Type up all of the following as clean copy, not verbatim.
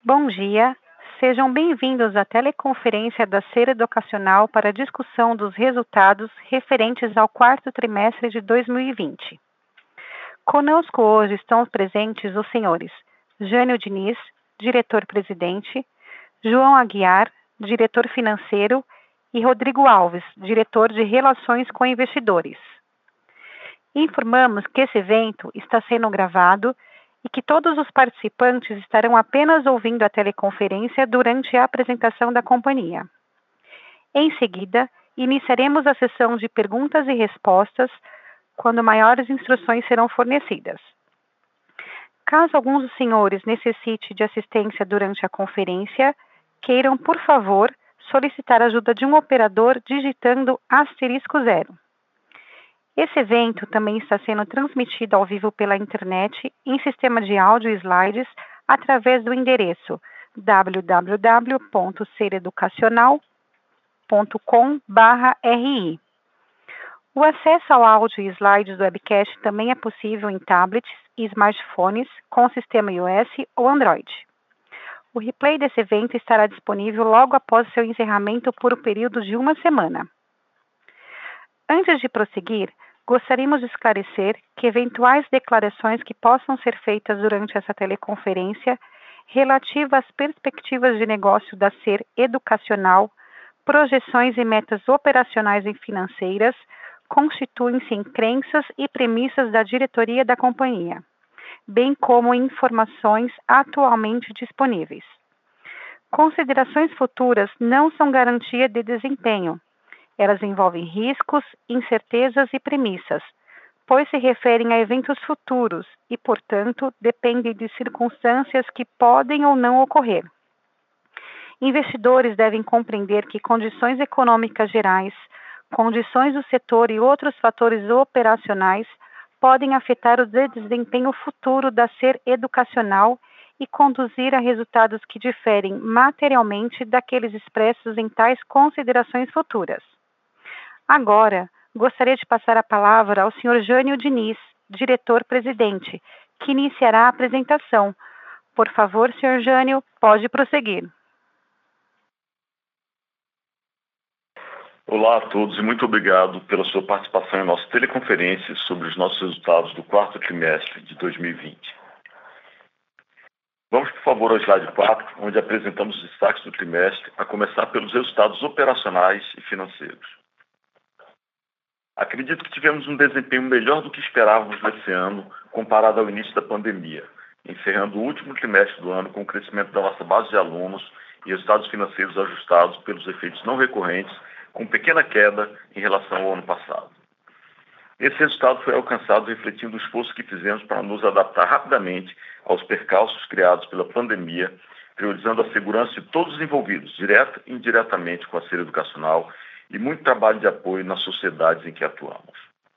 Bom dia, sejam bem-vindos à teleconferência da Ser Educacional para a discussão dos resultados referentes ao quarto trimestre de 2020. Conosco hoje estão presentes os senhores Jânio Diniz, diretor-presidente, João Aguiar, diretor financeiro, e Rodrigo Alves, diretor de Relações com Investidores. Informamos que esse evento está sendo gravado e que todos os participantes estarão apenas ouvindo a teleconferência durante a apresentação da companhia. Em seguida, iniciaremos a sessão de perguntas e respostas, quando maiores instruções serão fornecidas. Caso alguns dos senhores necessite de assistência durante a conferência, queiram, por favor, solicitar a ajuda de um operador digitando *0. Esse evento também está sendo transmitido ao vivo pela internet em sistema de áudio e slides através do endereço www.sereducacional.com/ri. O acesso ao áudio e slides do webcast também é possível em tablets e smartphones com sistema iOS ou Android. O replay desse evento estará disponível logo após seu encerramento por um período de 1 semana. Antes de prosseguir, gostaríamos de esclarecer que eventuais declarações que possam ser feitas durante essa teleconferência relativas às perspectivas de negócio da Ser Educacional, projeções e metas operacionais e financeiras constituem-se em crenças e premissas da diretoria da companhia, bem como informações atualmente disponíveis. Considerações futuras não são garantia de desempenho. Elas envolvem riscos, incertezas e premissas, pois se referem a eventos futuros e, portanto, dependem de circunstâncias que podem ou não ocorrer. Investidores devem compreender que condições econômicas gerais, condições do setor e outros fatores operacionais podem afetar o desempenho futuro da Ser Educacional e conduzir a resultados que diferem materialmente daqueles expressos em tais considerações futuras. Agora, gostaria de passar a palavra ao Sr. Jânio Diniz, diretor-presidente, que iniciará a apresentação. Por favor, Sr. Jânio, pode prosseguir. Olá a todos e muito obrigado pela sua participação em nossa teleconferência sobre os nossos resultados do quarto trimestre de 2020. Vamos, por favor, ao slide 4, onde apresentamos os destaques do trimestre, a começar pelos resultados operacionais e financeiros. Acredito que tivemos um desempenho melhor do que esperávamos nesse ano, comparado ao início da pandemia, encerrando o último trimestre do ano com o crescimento da nossa base de alunos e resultados financeiros ajustados pelos efeitos não recorrentes, com pequena queda em relação ao ano passado. Esse resultado foi alcançado refletindo o esforço que fizemos para nos adaptar rapidamente aos percalços criados pela pandemia, priorizando a segurança de todos os envolvidos, direta e indiretamente com a Ser Educacional, e muito trabalho de apoio nas sociedades em que atuamos.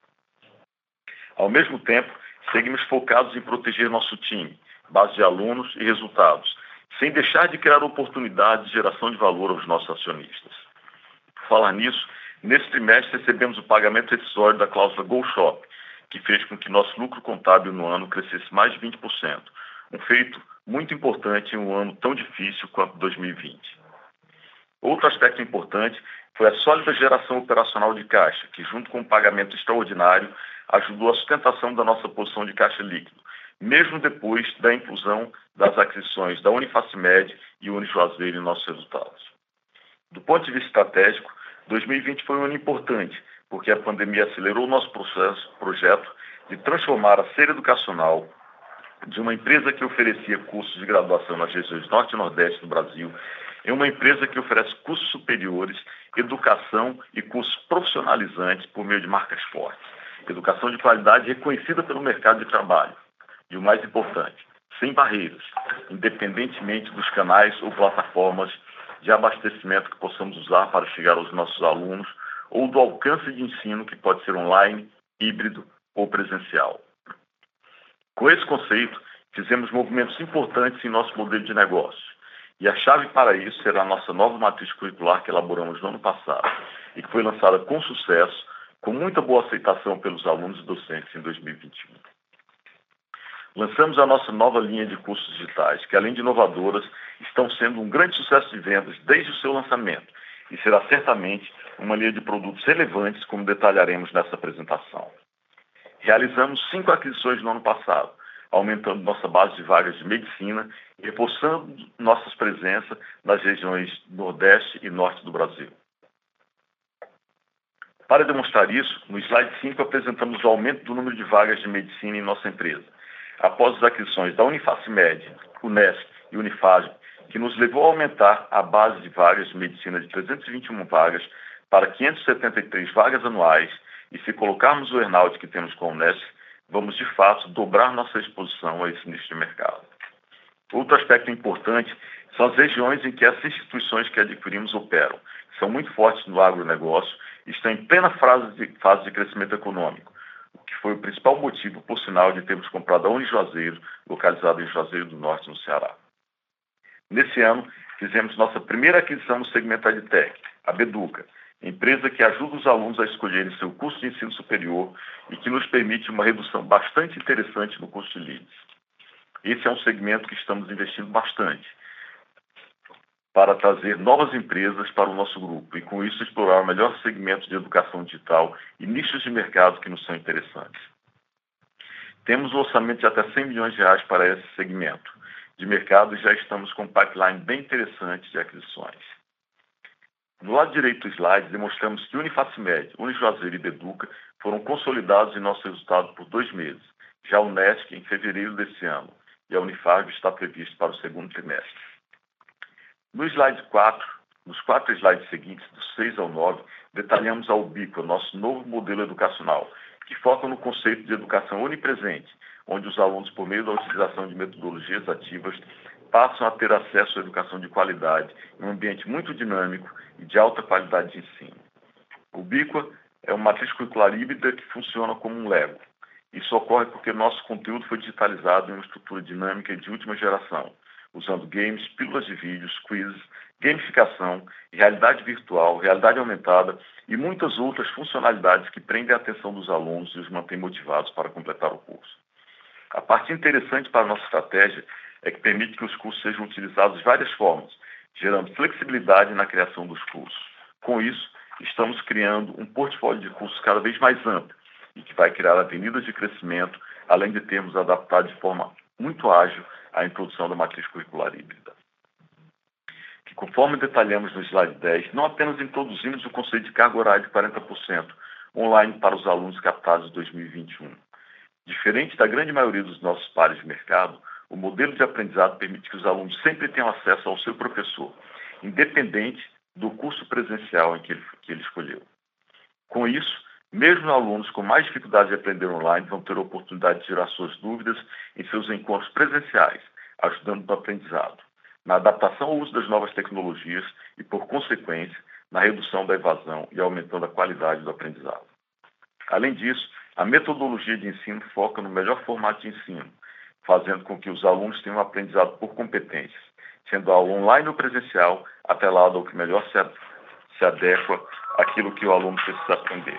Ao mesmo tempo, seguimos focados em proteger nosso time, base de alunos e resultados, sem deixar de criar oportunidades de geração de valor aos nossos acionistas. Por falar nisso, nesse trimestre recebemos o pagamento rescisório da cláusula Go Shop, que fez com que nosso lucro contábil no ano crescesse mais de 20%, um feito muito importante em um ano tão difícil quanto 2020. Outro aspecto importante foi a sólida geração operacional de caixa, que, junto com o pagamento extraordinário, ajudou a sustentação da nossa posição de caixa líquido, mesmo depois da inclusão das aquisições da Unifacimed e Unijuazeiro em nossos resultados. Do ponto de vista estratégico, 2020 foi um ano importante, porque a pandemia acelerou o nosso projeto de transformar a Ser Educacional de uma empresa que oferecia cursos de graduação nas regiões Norte e Nordeste do Brasil em uma empresa que oferece cursos superiores, educação e cursos profissionalizantes por meio de marcas fortes. Educação de qualidade reconhecida pelo mercado de trabalho. E o mais importante, sem barreiras, independentemente dos canais ou plataformas de abastecimento que possamos usar para chegar aos nossos alunos ou do alcance de ensino que pode ser online, híbrido ou presencial. Com esse conceito, fizemos movimentos importantes em nosso modelo de negócio. E a chave para isso será a nossa nova matriz curricular que elaboramos no ano passado e que foi lançada com sucesso, com muita boa aceitação pelos alunos e docentes em 2021. Lançamos a nossa nova linha de cursos digitais, que além de inovadoras, estão sendo um grande sucesso de vendas desde o seu lançamento e será certamente uma linha de produtos relevantes, como detalharemos nessa apresentação. Realizamos 5 aquisições no ano passado, aumentando nossa base de vagas de medicina e reforçando nossas presenças nas regiões Nordeste e Norte do Brasil. Para demonstrar isso, no slide 5 apresentamos o aumento do número de vagas de medicina em nossa empresa. Após as aquisições da Unifacimed, Unesc e Unifage, que nos levou a aumentar a base de vagas de medicina de 321 vagas para 573 vagas anuais, e se colocarmos o earnout que temos com a Unesc, vamos de fato dobrar nossa exposição a esse nicho de mercado. Outro aspecto importante são as regiões em que essas instituições que adquirimos operam. São muito fortes no agronegócio e estão em plena fase de crescimento econômico, o que foi o principal motivo, por sinal, de termos comprado a Unijuazeiro, localizada em Juazeiro do Norte, no Ceará. Nesse ano, fizemos nossa primeira aquisição no segmento EdTech, a Beduca, empresa que ajuda os alunos a escolherem seu curso de ensino superior e que nos permite uma redução bastante interessante no custo de leads. Esse é um segmento que estamos investindo bastante para trazer novas empresas para o nosso grupo e, com isso, explorar o melhor segmento de educação digital e nichos de mercado que nos são interessantes. Temos um orçamento de até R$100 milhões para esse segmento de mercado e já estamos com um pipeline bem interessante de aquisições. No lado direito do slide, demonstramos que Unifacimed, Unijuazeiro e Beduca foram consolidados em nosso resultado por 2 meses, já a Unesc em fevereiro desse ano, e a Unifage está previsto para o segundo trimestre. No slide 4, nos 4 slides seguintes, dos 6 ao 9, detalhamos a Ubíqua, nosso novo modelo educacional, que foca no conceito de educação onipresente, onde os alunos, por meio da utilização de metodologias ativas, passam a ter acesso à educação de qualidade em um ambiente muito dinâmico e de alta qualidade de ensino. O Ubíqua é uma matriz curricular híbrida que funciona como um Lego. Isso ocorre porque nosso conteúdo foi digitalizado em uma estrutura dinâmica e de última geração, usando games, pílulas de vídeos, quizzes, gamificação, realidade virtual, realidade aumentada e muitas outras funcionalidades que prendem a atenção dos alunos e os mantêm motivados para completar o curso. A parte interessante para a nossa estratégia é que permite que os cursos sejam utilizados de várias formas, gerando flexibilidade na criação dos cursos. Com isso, estamos criando um portfólio de cursos cada vez mais amplo e que vai criar avenidas de crescimento, além de termos adaptado de forma muito ágil a introdução da matriz curricular híbrida. Que, conforme detalhamos no slide 10, não apenas introduzimos o conceito de carga horária de 40% online para os alunos captados em 2021. Diferente da grande maioria dos nossos pares de mercado, o modelo de aprendizado permite que os alunos sempre tenham acesso ao seu professor, independente do curso presencial em que ele escolheu. Com isso, mesmo alunos com mais dificuldade de aprender online vão ter a oportunidade de tirar suas dúvidas em seus encontros presenciais, ajudando no aprendizado, na adaptação ao uso das novas tecnologias e, por consequência, na redução da evasão e aumentando a qualidade do aprendizado. Além disso, a metodologia de ensino foca no melhor formato de ensino, fazendo com que os alunos tenham um aprendizado por competências, sendo a aula online ou presencial atrelado ao que melhor se adequa àquilo que o aluno precisa aprender.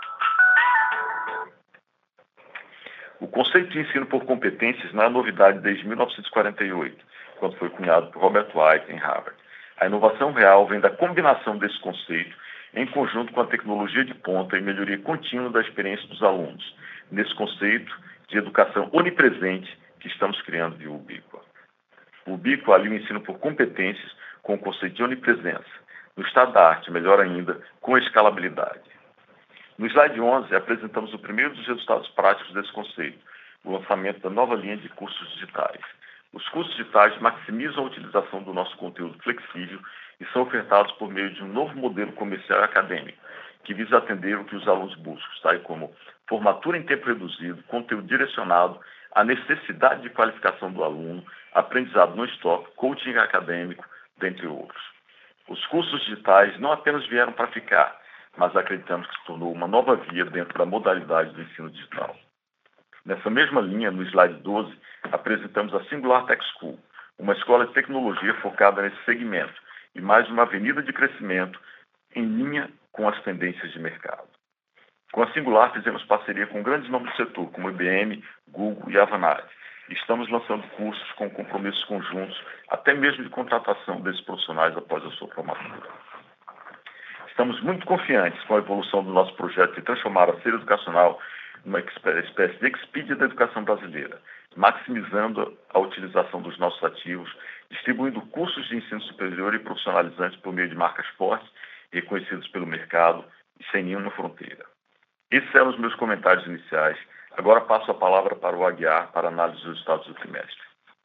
O conceito de ensino por competências não é novidade desde 1948, quando foi cunhado por Robert White em Harvard. A inovação real vem da combinação desse conceito em conjunto com a tecnologia de ponta e melhoria contínua da experiência dos alunos, nesse conceito de educação onipresente que estamos criando via Ubíqua. O Ubíqua alia o ensino por competências com o conceito de onipresença. No estado da arte, melhor ainda, com a escalabilidade. No slide 11, apresentamos o primeiro dos resultados práticos desse conceito, o lançamento da nova linha de cursos digitais. Os cursos digitais maximizam a utilização do nosso conteúdo flexível e são ofertados por meio de um novo modelo comercial e acadêmico, que visa atender o que os alunos buscam, tais como formatura em tempo reduzido, conteúdo direcionado à necessidade de qualificação do aluno, aprendizado no stop, coaching acadêmico, dentre outros. Os cursos digitais não apenas vieram para ficar, mas acreditamos que se tornou uma nova via dentro da modalidade do ensino digital. Nessa mesma linha, no slide 12, apresentamos a Singular Tech School, uma escola de tecnologia focada nesse segmento e mais uma avenida de crescimento em linha com as tendências de mercado. Com a Singular, fizemos parceria com grandes nomes do setor, como IBM, Google e Avanade, Estamos lançando cursos com compromissos conjuntos, até mesmo de contratação desses profissionais após a sua formatura. Estamos muito confiantes com a evolução do nosso projeto de transformar a feira educacional numa espécie de Expedia da educação brasileira, maximizando a utilização dos nossos ativos, distribuindo cursos de ensino superior e profissionalizantes por meio de marcas fortes, reconhecidos pelo mercado e sem nenhuma fronteira. Esses eram os meus comentários iniciais. Agora passo a palavra para o Aguiar para análise dos resultados do trimestre.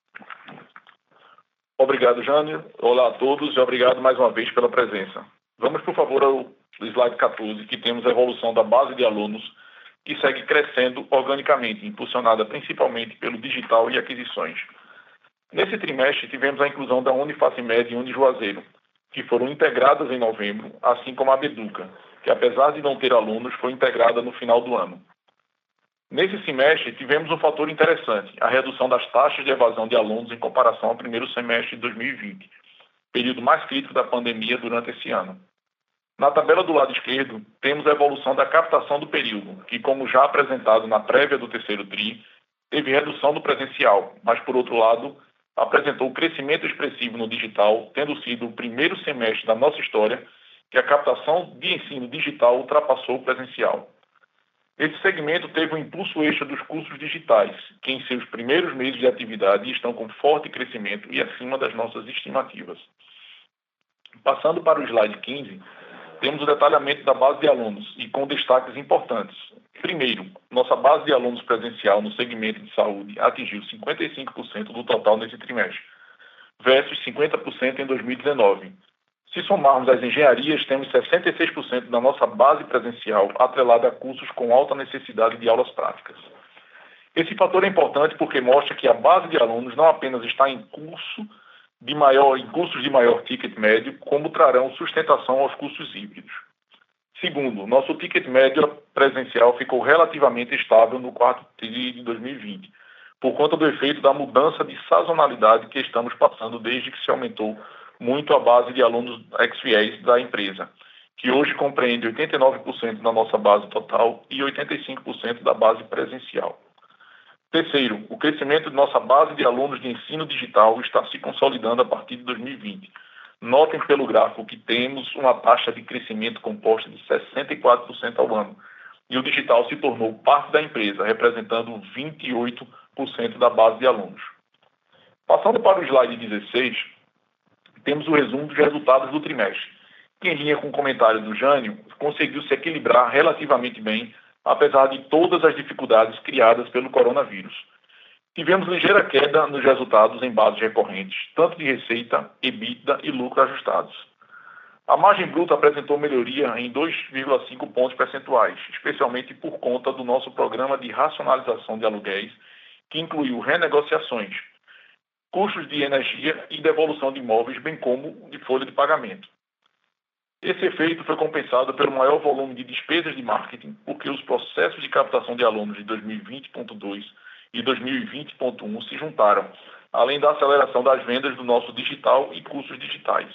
Obrigado, Jânio. Olá a todos e obrigado mais uma vez pela presença. Vamos, por favor, ao slide 14, que temos a evolução da base de alunos, que segue crescendo organicamente, impulsionada principalmente pelo digital e aquisições. Nesse trimestre, tivemos a inclusão da Unifacimed e Unijuazeiro, que foram integradas em novembro, assim como a Beduca, que apesar de não ter alunos, foi integrada no final do ano. Nesse semestre, tivemos um fator interessante, a redução das taxas de evasão de alunos em comparação ao primeiro semestre de 2020, período mais crítico da pandemia durante esse ano. Na tabela do lado esquerdo, temos a evolução da captação do período, que, como já apresentado na prévia do terceiro TRI, teve redução do presencial, mas, por outro lado, apresentou crescimento expressivo no digital, tendo sido o primeiro semestre da nossa história que a captação de ensino digital ultrapassou o presencial. Esse segmento teve um impulso extra dos cursos digitais, que em seus primeiros meses de atividade estão com forte crescimento e acima das nossas estimativas. Passando para o slide 15, temos o detalhamento da base de alunos e com destaques importantes. Primeiro, nossa base de alunos presencial no segmento de saúde atingiu 55% do total nesse trimestre, versus 50% em 2019. Se somarmos as engenharias, temos 66% da nossa base presencial atrelada a cursos com alta necessidade de aulas práticas. Esse fator é importante porque mostra que a base de alunos não apenas está em cursos de maior ticket médio, como trarão sustentação aos cursos híbridos. Segundo, nosso ticket médio presencial ficou relativamente estável no quarto TRI de 2020, por conta do efeito da mudança de sazonalidade que estamos passando desde que se aumentou muito a base de alunos ex-fiéis da empresa, que hoje compreende 89% da nossa base total e 85% da base presencial. Terceiro, o crescimento de nossa base de alunos de ensino digital está se consolidando a partir de 2020. Notem pelo gráfico que temos uma taxa de crescimento composta de 64% ao ano, e o digital se tornou parte da empresa, representando 28% da base de alunos. Passando para o slide 16, temos o resumo dos resultados do trimestre, que, em linha com o comentário do Jânio, conseguiu se equilibrar relativamente bem, apesar de todas as dificuldades criadas pelo coronavírus. Tivemos ligeira queda nos resultados em bases recorrentes, tanto de receita, EBITDA e lucro ajustados. A margem bruta apresentou melhoria em 2,5 pontos percentuais, especialmente por conta do nosso programa de racionalização de aluguéis, que incluiu renegociações, custos de energia e devolução de imóveis, bem como de folha de pagamento. Esse efeito foi compensado pelo maior volume de despesas de marketing, porque os processos de captação de alunos de 2020.2 e 2020.1 se juntaram, além da aceleração das vendas do nosso digital e cursos digitais.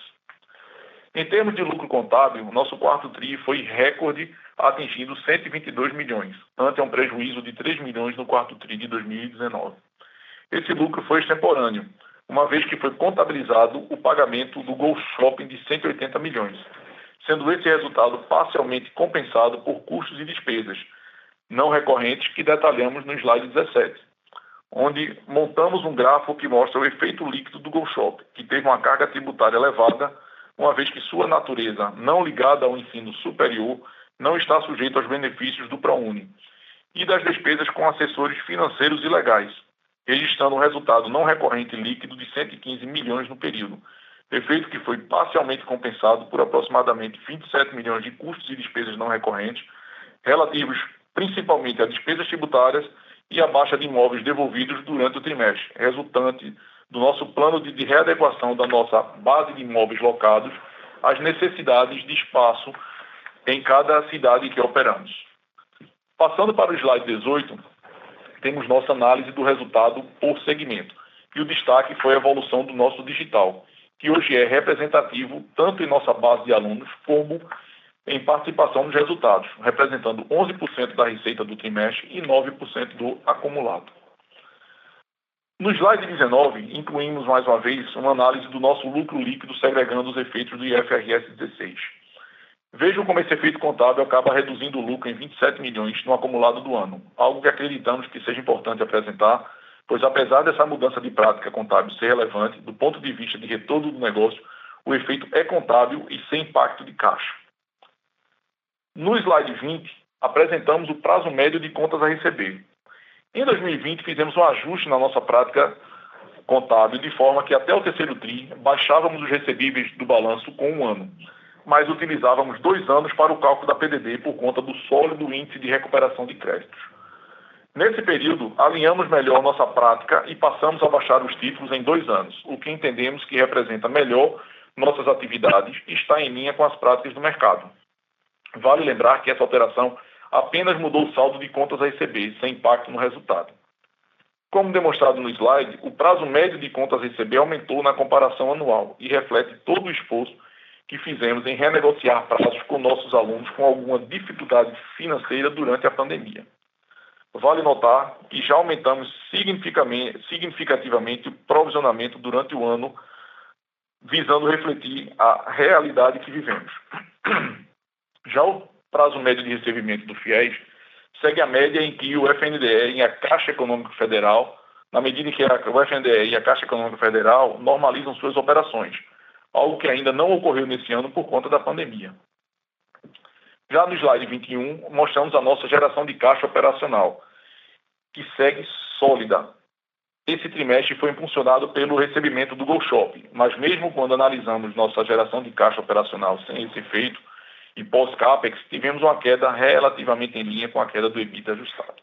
Em termos de lucro contábil, nosso quarto TRI foi recorde, atingindo 122 milhões, ante um prejuízo de 3 milhões no quarto TRI de 2019. Esse lucro foi extemporâneo, uma vez que foi contabilizado o pagamento do Go Shopping de 180 milhões, sendo esse resultado parcialmente compensado por custos e despesas não recorrentes que detalhamos no slide 17, onde montamos um gráfico que mostra o efeito líquido do Go Shopping, que teve uma carga tributária elevada, uma vez que sua natureza não ligada ao ensino superior não está sujeita aos benefícios do ProUni, e das despesas com assessores financeiros e legais, registrando um resultado não recorrente líquido de 115 milhões no período, efeito que foi parcialmente compensado por aproximadamente 27 milhões de custos e despesas não recorrentes, relativos principalmente a despesas tributárias e a baixa de imóveis devolvidos durante o trimestre, resultante do nosso plano de readequação da nossa base de imóveis locados às necessidades de espaço em cada cidade que operamos. Passando para o slide 18, temos nossa análise do resultado por segmento, e o destaque foi a evolução do nosso digital, que hoje é representativo tanto em nossa base de alunos como em participação nos resultados, representando 11% da receita do trimestre e 9% do acumulado. No slide 19, incluímos mais uma vez uma análise do nosso lucro líquido segregando os efeitos do IFRS 16. Vejam como esse efeito contábil acaba reduzindo o lucro em 27 milhões no acumulado do ano, algo que acreditamos que seja importante apresentar, pois apesar dessa mudança de prática contábil ser relevante, do ponto de vista de retorno do negócio, o efeito é contábil e sem impacto de caixa. No slide 20, apresentamos o prazo médio de contas a receber. Em 2020, fizemos um ajuste na nossa prática contábil, de forma que até o terceiro TRI baixávamos os recebíveis do balanço com 1 ano, mas utilizávamos 2 anos para o cálculo da PDD por conta do sólido índice de recuperação de créditos. Nesse período, alinhamos melhor nossa prática e passamos a baixar os títulos em 2 anos, o que entendemos que representa melhor nossas atividades e está em linha com as práticas do mercado. Vale lembrar que essa alteração apenas mudou o saldo de contas a receber, sem impacto no resultado. Como demonstrado no slide, o prazo médio de contas a receber aumentou na comparação anual e reflete todo o esforço que fizemos em renegociar prazos com nossos alunos com alguma dificuldade financeira durante a pandemia. Vale notar que já aumentamos significativamente o provisionamento durante o ano, visando refletir a realidade que vivemos. Já o prazo médio de recebimento do FIES segue a média em que o FNDE e a Caixa Econômica Federal, na medida em que o FNDE e a Caixa Econômica Federal normalizam suas operações, algo que ainda não ocorreu nesse ano por conta da pandemia. Já no slide 21, mostramos a nossa geração de caixa operacional, que segue sólida. Esse trimestre foi impulsionado pelo recebimento do GoShop, mas mesmo quando analisamos nossa geração de caixa operacional sem esse efeito e pós-CAPEX, tivemos uma queda relativamente em linha com a queda do EBITDA ajustado.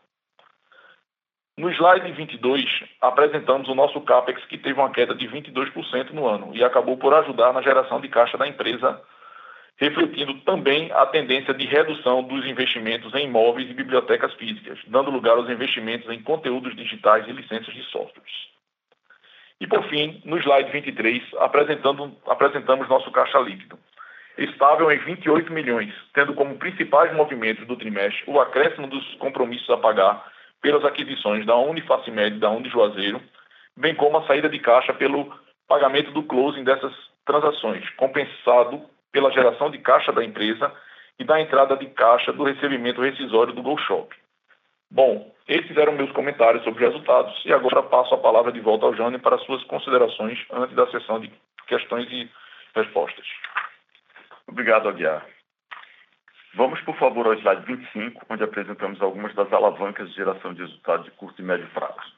No slide 22, apresentamos o nosso CAPEX, que teve uma queda de 22% no ano e acabou por ajudar na geração de caixa da empresa, refletindo também a tendência de redução dos investimentos em imóveis e bibliotecas físicas, dando lugar aos investimentos em conteúdos digitais e licenças de softwares. E, por fim, no slide 23, apresentamos nosso caixa líquido, estável em 28 milhões, tendo como principais movimentos do trimestre o acréscimo dos compromissos a pagar pelas aquisições da Unifacimed e da Unijuazeiro, bem como a saída de caixa pelo pagamento do closing dessas transações, compensado pela geração de caixa da empresa e da entrada de caixa do recebimento rescisório do GoShop. Bom, esses eram meus comentários sobre os resultados e agora passo a palavra de volta ao Jânio para suas considerações antes da sessão de questões e respostas. Obrigado, Aguiar. Vamos, por favor, ao slide 25, onde apresentamos algumas das alavancas de geração de resultados de curto e médio prazo.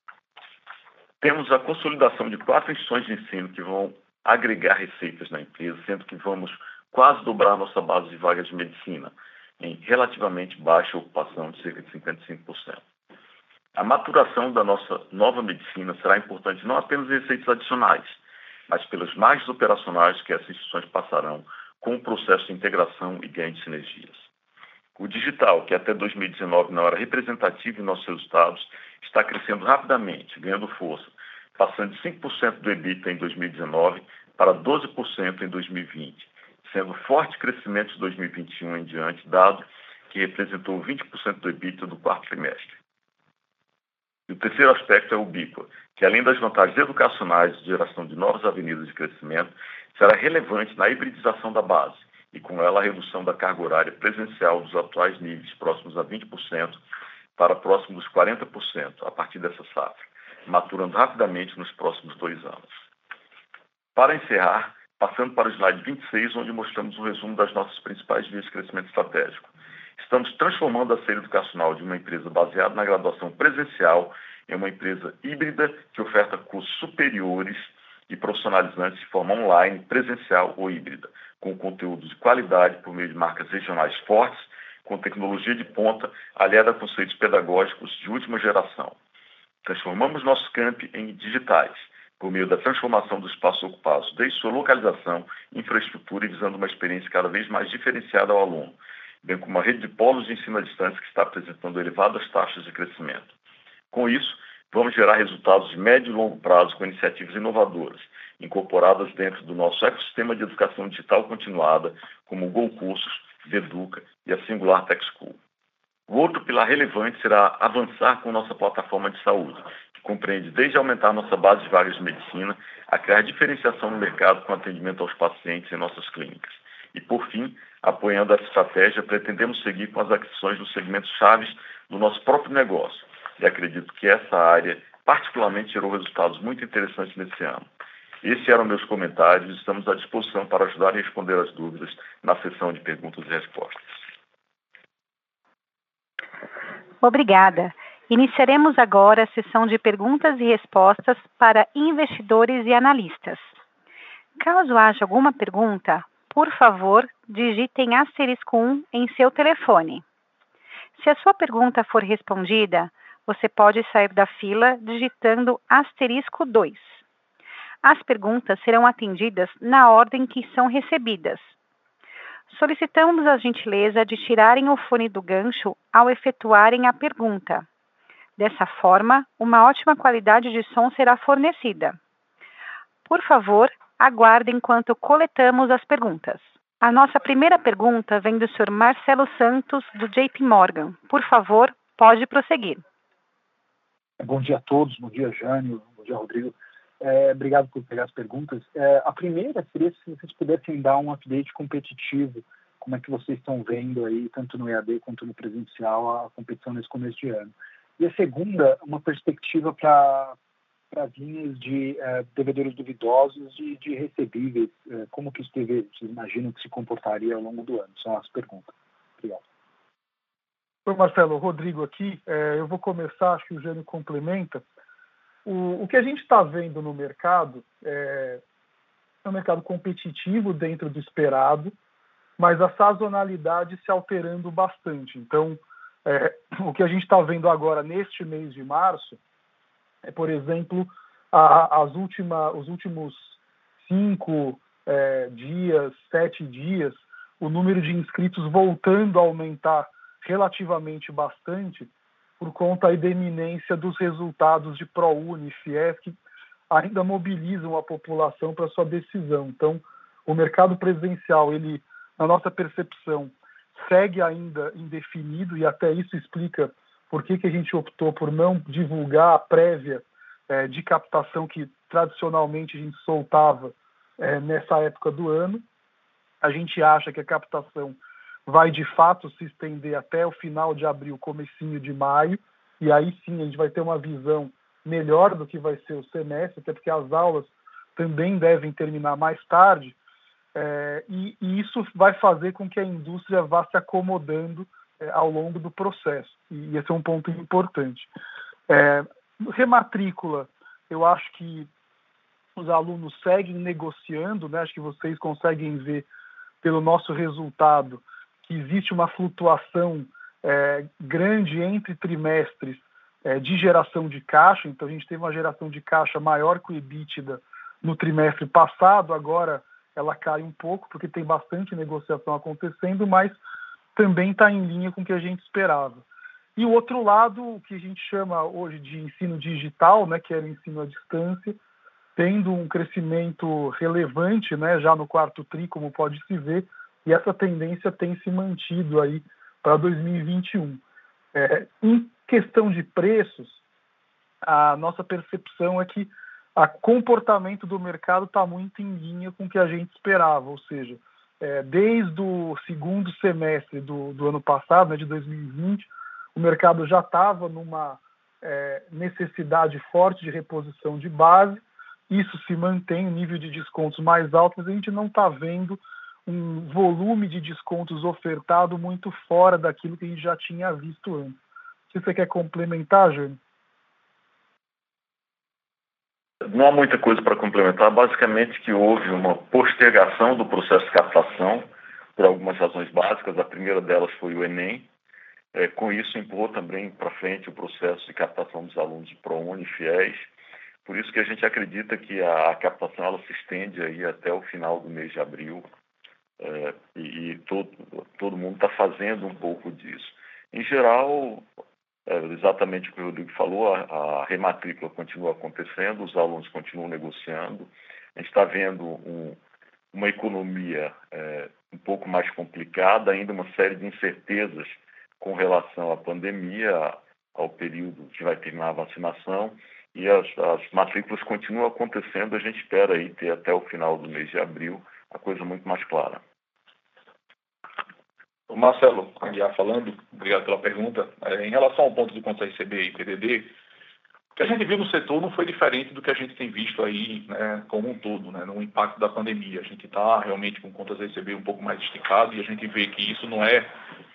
Temos a consolidação de 4 instituições de ensino que vão agregar receitas na empresa, sendo que vamos quase dobrar nossa base de vagas de medicina, em relativamente baixa ocupação de cerca de 55%. A maturação da nossa nova medicina será importante não apenas em receitas adicionais, mas pelas margens operacionais que essas instituições passarão com o processo de integração e ganho de sinergias. O digital, que até 2019 não era representativo em nossos resultados, está crescendo rapidamente, ganhando força, passando de 5% do EBITDA em 2019 para 12% em 2020, sendo forte crescimento de 2021 em diante, dado que representou 20% do EBITDA do quarto trimestre. E o terceiro aspecto é o Ubiqua, que além das vantagens educacionais de geração de novas avenidas de crescimento, será relevante na hibridização da base e com ela a redução da carga horária presencial dos atuais níveis próximos a 20% para próximo dos 40% a partir dessa safra, maturando rapidamente nos próximos 2 anos. Para encerrar, passando para o slide 26, onde mostramos um resumo das nossas principais vias de crescimento estratégico. Estamos transformando a série educacional de uma empresa baseada na graduação presencial em uma empresa híbrida que oferta cursos superiores e profissionalizantes de forma online, presencial ou híbrida, com conteúdos de qualidade por meio de marcas regionais fortes, com tecnologia de ponta, aliada a conceitos pedagógicos de última geração. Transformamos nossos campi em digitais, por meio da transformação dos espaços ocupados, desde sua localização, infraestrutura e visando uma experiência cada vez mais diferenciada ao aluno, bem como uma rede de polos de ensino à distância que está apresentando elevadas taxas de crescimento. Com isso, vamos gerar resultados de médio e longo prazo com iniciativas inovadoras, incorporadas dentro do nosso ecossistema de educação digital continuada, como o Go Cursos, Veduca e a Singular Tech School. O outro pilar relevante será avançar com nossa plataforma de saúde, que compreende desde aumentar nossa base de vagas de medicina, a criar diferenciação no mercado com atendimento aos pacientes em nossas clínicas. E, por fim, apoiando essa estratégia, pretendemos seguir com as aquisições dos segmentos chaves do nosso próprio negócio. E acredito que essa área, particularmente, gerou resultados muito interessantes nesse ano. Esses eram meus comentários. Estamos à disposição para ajudar e responder as dúvidas na sessão de perguntas e respostas. Obrigada. Iniciaremos agora a sessão de perguntas e respostas para investidores e analistas. Caso haja alguma pergunta, por favor, digitem *1 em seu telefone. Se a sua pergunta for respondida, você pode sair da fila digitando *2. As perguntas serão atendidas na ordem que são recebidas. Solicitamos a gentileza de tirarem o fone do gancho ao efetuarem a pergunta. Dessa forma, uma ótima qualidade de som será fornecida. Por favor, aguardem enquanto coletamos as perguntas. A nossa primeira pergunta vem do Sr. Marcelo Santos, do JP Morgan. Por favor, pode prosseguir. Bom dia a todos, bom dia, Jânio, bom dia, Rodrigo. Obrigado por pegar as perguntas. A primeira seria se vocês pudessem dar um update competitivo, como é que vocês estão vendo aí, tanto no EAD quanto no presencial, a competição nesse começo de ano. E a segunda, uma perspectiva para as linhas de devedores duvidosos e de recebíveis, como que vocês imaginam que se comportaria ao longo do ano? São as perguntas. Obrigado. Oi, Marcelo, Rodrigo aqui. Eu vou começar, acho que o Jânio complementa. O que a gente está vendo no mercado é um mercado competitivo dentro do esperado, mas a sazonalidade se alterando bastante. Então, o que a gente está vendo agora neste mês de março é, por exemplo, os últimos 5 dias, 7 dias, o número de inscritos voltando a aumentar relativamente bastante, por conta aí da iminência dos resultados de ProUni e FIES, que ainda mobilizam a população para sua decisão. Então, o mercado presencial, ele, na nossa percepção, segue ainda indefinido, e até isso explica por que a gente optou por não divulgar a prévia de captação que tradicionalmente a gente soltava nessa época do ano. A gente acha que a captação vai de fato se estender até o final de abril, comecinho de maio, e aí sim a gente vai ter uma visão melhor do que vai ser o semestre, até porque as aulas também devem terminar mais tarde, e isso vai fazer com que a indústria vá se acomodando ao longo do processo, e esse é um ponto importante. Rematrícula, eu acho que os alunos seguem negociando, né? Acho que vocês conseguem ver pelo nosso resultado que existe uma flutuação grande entre trimestres de geração de caixa. Então, a gente teve uma geração de caixa maior que o EBITDA no trimestre passado, agora ela cai um pouco, porque tem bastante negociação acontecendo, mas também está em linha com o que a gente esperava. E o outro lado, o que a gente chama hoje de ensino digital, né, que era o ensino à distância, tendo um crescimento relevante, né, já no quarto tri, como pode se ver, e essa tendência tem se mantido aí para 2021. Em questão de preços, a nossa percepção é que o comportamento do mercado está muito em linha com o que a gente esperava, ou seja, desde o segundo semestre do ano passado, né, de 2020, o mercado já estava numa necessidade forte de reposição de base. Isso se mantém, o nível de descontos mais alto, mas a gente não está vendo um volume de descontos ofertado muito fora daquilo que a gente já tinha visto antes. Se você quer complementar, Jânio? Não há muita coisa para complementar. Basicamente que houve uma postergação do processo de captação por algumas razões básicas. A primeira delas foi o Enem. Com isso, empurrou também para frente o processo de captação dos alunos de ProUni e FIES. Por isso que a gente acredita que a captação ela se estende aí até o final do mês de abril. E todo mundo está fazendo um pouco disso. Em geral, exatamente o que o Rodrigo falou, a rematrícula continua acontecendo, os alunos continuam negociando. A gente está vendo uma economia um pouco mais complicada, ainda uma série de incertezas com relação à pandemia, ao período que vai terminar a vacinação, e as matrículas continuam acontecendo. A gente espera aí ter até o final do mês de abril a coisa muito mais clara. O Marcelo Aguiar falando, obrigado pela pergunta. Em relação ao ponto de contas a receber e PDD, o que a gente viu no setor não foi diferente do que a gente tem visto aí, né, como um todo, né, no impacto da pandemia. A gente está realmente com contas a receber um pouco mais esticado e a gente vê que isso não é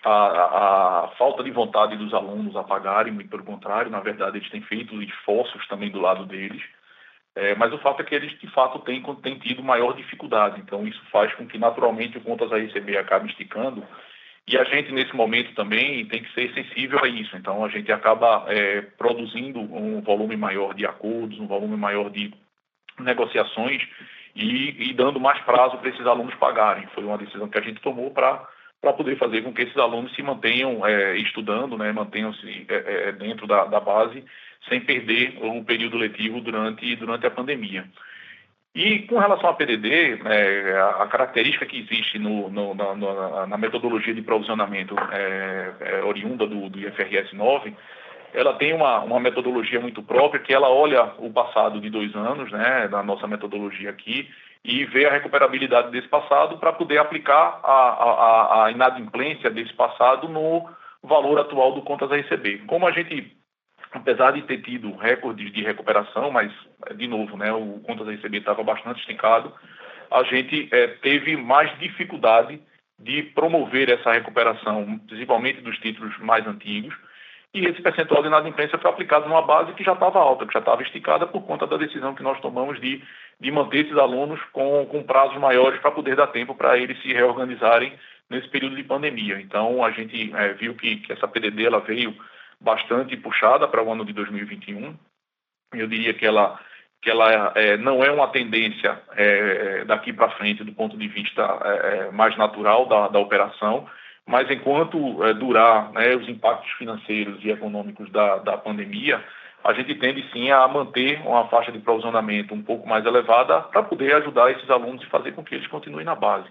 a falta de vontade dos alunos a pagarem, muito pelo contrário, na verdade eles têm feito esforços também do lado deles, mas o fato é que eles de fato têm tido maior dificuldade, então isso faz com que naturalmente o contas a receber acabe esticando. E a gente, nesse momento, também tem que ser sensível a isso. Então, a gente acaba produzindo um volume maior de acordos, um volume maior de negociações e dando mais prazo para esses alunos pagarem. Foi uma decisão que a gente tomou para poder fazer com que esses alunos se mantenham estudando, né, mantenham-se dentro da base, sem perder o período letivo durante a pandemia. E com relação à PDD, a característica que existe na metodologia de provisionamento oriunda do IFRS 9, ela tem uma metodologia muito própria, que ela olha o passado de 2 anos, né, da nossa metodologia aqui, e vê a recuperabilidade desse passado para poder aplicar a inadimplência desse passado no valor atual do contas a receber. Como a gente, apesar de ter tido recordes de recuperação, mas, de novo, né, o contas a receber estava bastante esticado, a gente teve mais dificuldade de promover essa recuperação, principalmente dos títulos mais antigos, e esse percentual de inadimplência foi aplicado numa base que já estava alta, que já estava esticada por conta da decisão que nós tomamos de manter esses alunos com prazos maiores para poder dar tempo para eles se reorganizarem nesse período de pandemia. Então, a gente viu que essa PDD ela veio bastante puxada para o ano de 2021. Eu diria que ela não é uma tendência daqui para frente do ponto de vista mais natural da operação, mas enquanto durar os impactos financeiros e econômicos da pandemia, a gente tende sim a manter uma faixa de provisionamento um pouco mais elevada para poder ajudar esses alunos e fazer com que eles continuem na base.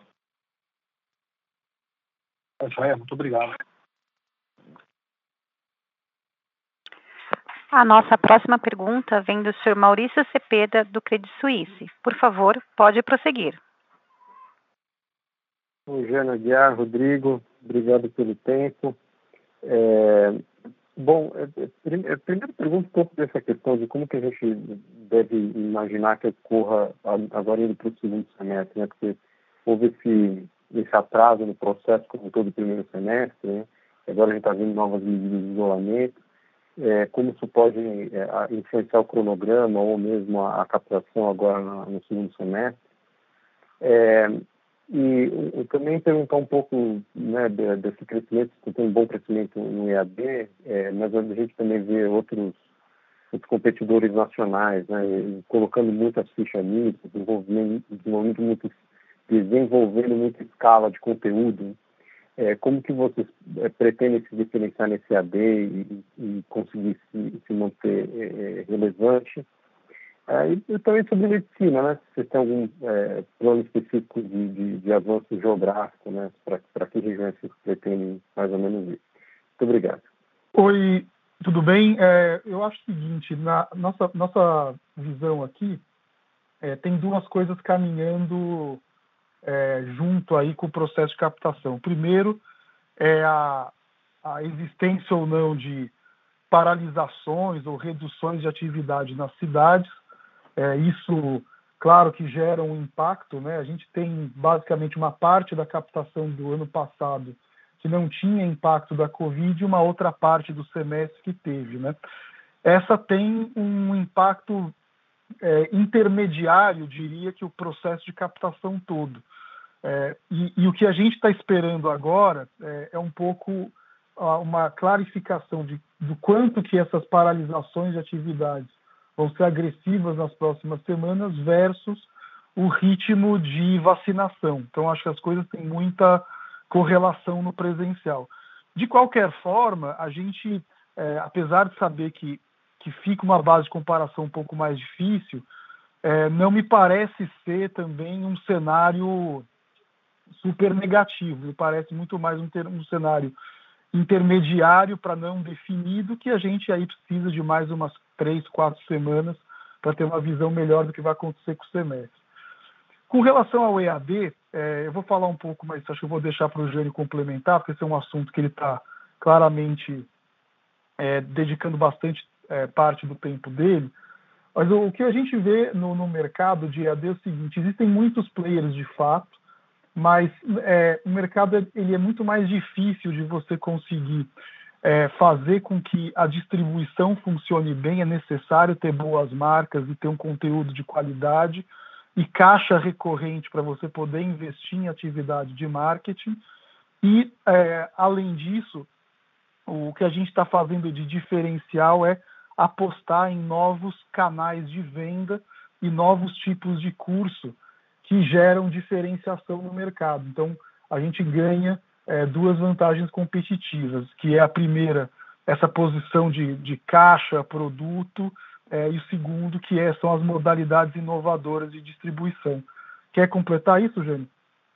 Joia, muito obrigado. A nossa próxima pergunta vem do Sr. Maurício Cepeda, do Credit Suisse. Por favor, pode prosseguir. Oi, Jânio Aguiar, Rodrigo, obrigado pelo tempo. Primeiro pergunto um pouco dessa questão de como que a gente deve imaginar que ocorra agora indo para o segundo semestre, né? Porque houve esse atraso no processo como todo o primeiro semestre, né? Agora a gente está vendo novas medidas de isolamento. Como isso pode influenciar o cronograma ou mesmo a captação agora no segundo semestre. E eu também perguntar um pouco, né, desse crescimento, que tem um bom crescimento no EAD, mas a gente também vê outros competidores nacionais, né, colocando muitas fichas nisso, desenvolvendo muita escala de conteúdo. Como que vocês pretendem se diferenciar nesse EAD e conseguir se manter relevante? E também sobre medicina, né? Se vocês têm algum plano específico de avanço geográfico, né? Para que regiões vocês pretendem mais ou menos isso? Muito obrigado. Oi, tudo bem? Eu acho o seguinte, na nossa visão aqui, tem 2 coisas caminhando junto aí com o processo de captação. Primeiro é a existência ou não de paralisações ou reduções de atividade nas cidades. Isso, claro que gera um impacto, né? A gente tem basicamente uma parte da captação do ano passado que não tinha impacto da Covid e uma outra parte do semestre que teve, né? Essa tem um impacto intermediário, diria, que o processo de captação todo. E o que a gente está esperando agora é um pouco uma clarificação do quanto que essas paralisações de atividades vão ser agressivas nas próximas semanas versus o ritmo de vacinação. Então, acho que as coisas têm muita correlação no presencial. De qualquer forma, a gente, apesar de saber que fica uma base de comparação um pouco mais difícil, não me parece ser também um cenário super negativo. Me parece muito mais um cenário intermediário para não definido, que a gente aí precisa de mais umas 3, 4 semanas para ter uma visão melhor do que vai acontecer com o semestre. Com relação ao EAD, eu vou falar um pouco, mas acho que eu vou deixar para o Jânio complementar, porque esse é um assunto que ele está claramente dedicando bastante parte do tempo dele. Mas o que a gente vê no mercado de EAD é o seguinte: existem muitos players de fato, mas o mercado ele é muito mais difícil de você conseguir fazer com que a distribuição funcione bem. É necessário ter boas marcas e ter um conteúdo de qualidade e caixa recorrente para você poder investir em atividade de marketing. E, além disso, o que a gente está fazendo de diferencial é apostar em novos canais de venda e novos tipos de curso que geram diferenciação no mercado. Então, a gente ganha duas vantagens competitivas, que é a primeira, essa posição de caixa, produto, e o segundo, que são as modalidades inovadoras de distribuição. Quer completar isso, Jânio?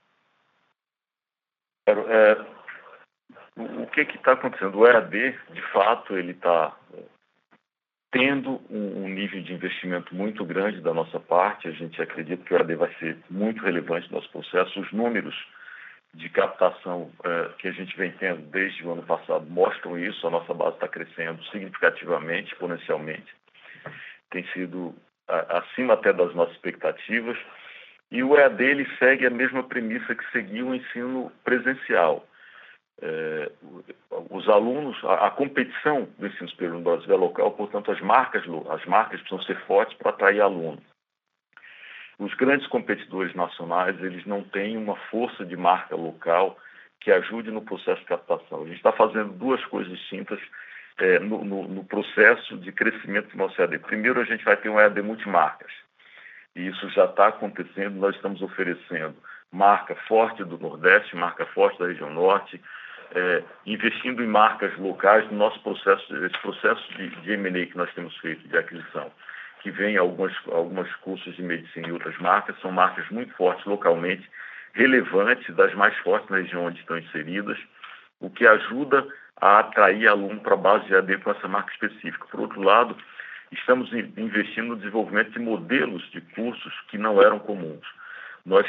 O que está acontecendo? O EAD, de fato, ele está tendo um nível de investimento muito grande da nossa parte. A gente acredita que o EAD vai ser muito relevante no nosso processo. Os números de captação que a gente vem tendo desde o ano passado mostram isso. A nossa base está crescendo significativamente, exponencialmente. Tem sido acima até das nossas expectativas. E o EAD ele segue a mesma premissa que seguiu o ensino presencial. Os alunos, a competição do ensino superior no Brasil é local, portanto as marcas precisam ser fortes para atrair alunos. Os grandes competidores nacionais, eles não têm uma força de marca local que ajude no processo de captação. A gente está fazendo duas coisas distintas no processo de crescimento do nosso EAD. Primeiro, a gente vai ter um EAD multimarcas. E isso já está acontecendo. Nós estamos oferecendo marca forte do Nordeste, marca forte da região Norte, investindo em marcas locais no nosso processo, esse processo de M&A que nós temos feito, de aquisição, que vem alguns cursos de medicina e outras marcas, são marcas muito fortes localmente, relevantes, das mais fortes na região onde estão inseridas, o que ajuda a atrair aluno para a base de EAD com essa marca específica. Por outro lado, estamos investindo no desenvolvimento de modelos de cursos que não eram comuns. Nós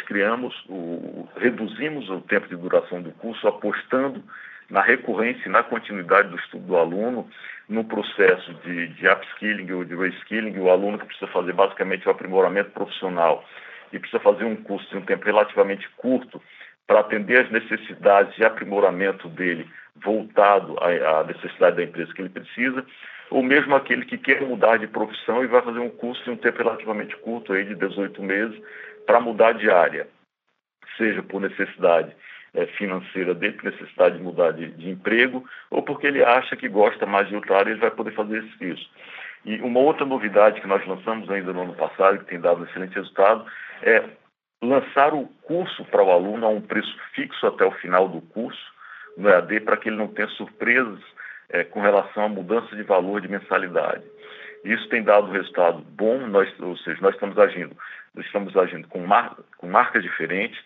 reduzimos o tempo de duração do curso, apostando na recorrência e na continuidade do estudo do aluno, no processo de upskilling ou de reskilling. O aluno que precisa fazer basicamente o aprimoramento profissional e precisa fazer um curso de um tempo relativamente curto para atender às necessidades de aprimoramento dele, voltado à necessidade da empresa que ele precisa, ou mesmo aquele que quer mudar de profissão e vai fazer um curso de um tempo relativamente curto, aí de 18 meses, para mudar de área, seja por necessidade financeira dele, por necessidade de mudar de emprego, ou porque ele acha que gosta mais de outra área, ele vai poder fazer isso. E uma outra novidade que nós lançamos ainda no ano passado, que tem dado um excelente resultado, é lançar o curso para o aluno a um preço fixo até o final do curso, no EAD, para que ele não tenha surpresas com relação à mudança de valor de mensalidade. Isso tem dado resultado bom, ou seja, nós estamos agindo com marcas diferentes,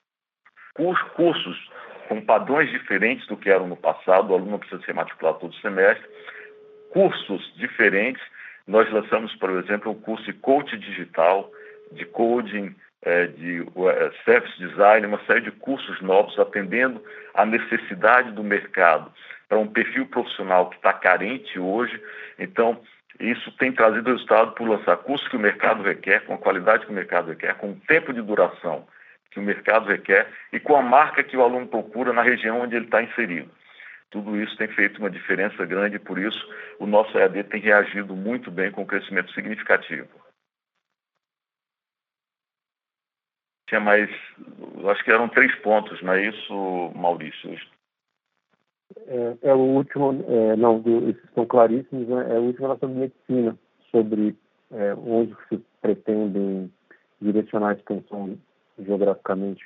cursos com padrões diferentes do que eram no passado. O aluno não precisa ser matriculado todo semestre, cursos diferentes. Nós lançamos, por exemplo, um curso de coaching digital, de coding, de service design, uma série de cursos novos atendendo à necessidade do mercado para um perfil profissional que está carente hoje. Então, isso tem trazido resultado por lançar cursos que o mercado requer, com a qualidade que o mercado requer, com o tempo de duração que o mercado requer e com a marca que o aluno procura na região onde ele está inserido. Tudo isso tem feito uma diferença grande e, por isso, o nosso EAD tem reagido muito bem com um crescimento significativo. Tinha mais, acho que eram 3 pontos, não é isso, Maurício? O último, esses estão claríssimos, né? É o último relação de medicina, sobre onde se pretendem direcionar a expansão geograficamente.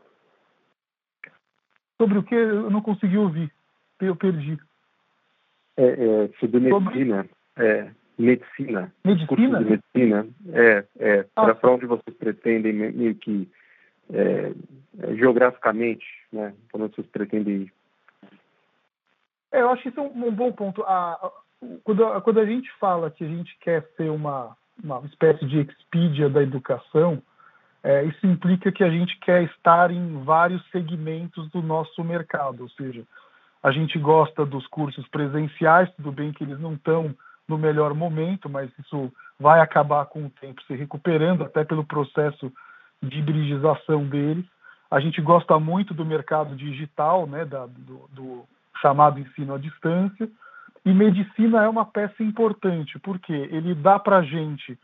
Sobre o que eu não consegui ouvir, eu perdi. Sobre medicina. Medicina. Medicina? De medicina. Para onde vocês pretendem meio que geograficamente, né? Para onde vocês pretendem ir? Eu acho que isso é um bom ponto. quando a gente fala que a gente quer ser uma espécie de Expedia da educação, isso implica que a gente quer estar em vários segmentos do nosso mercado, ou seja, a gente gosta dos cursos presenciais, tudo bem que eles não estão no melhor momento, mas isso vai acabar com o tempo se recuperando, até pelo processo de hibridização deles. A gente gosta muito do mercado digital, né, do chamado ensino à distância, e medicina é uma peça importante, porque ele dá para a gente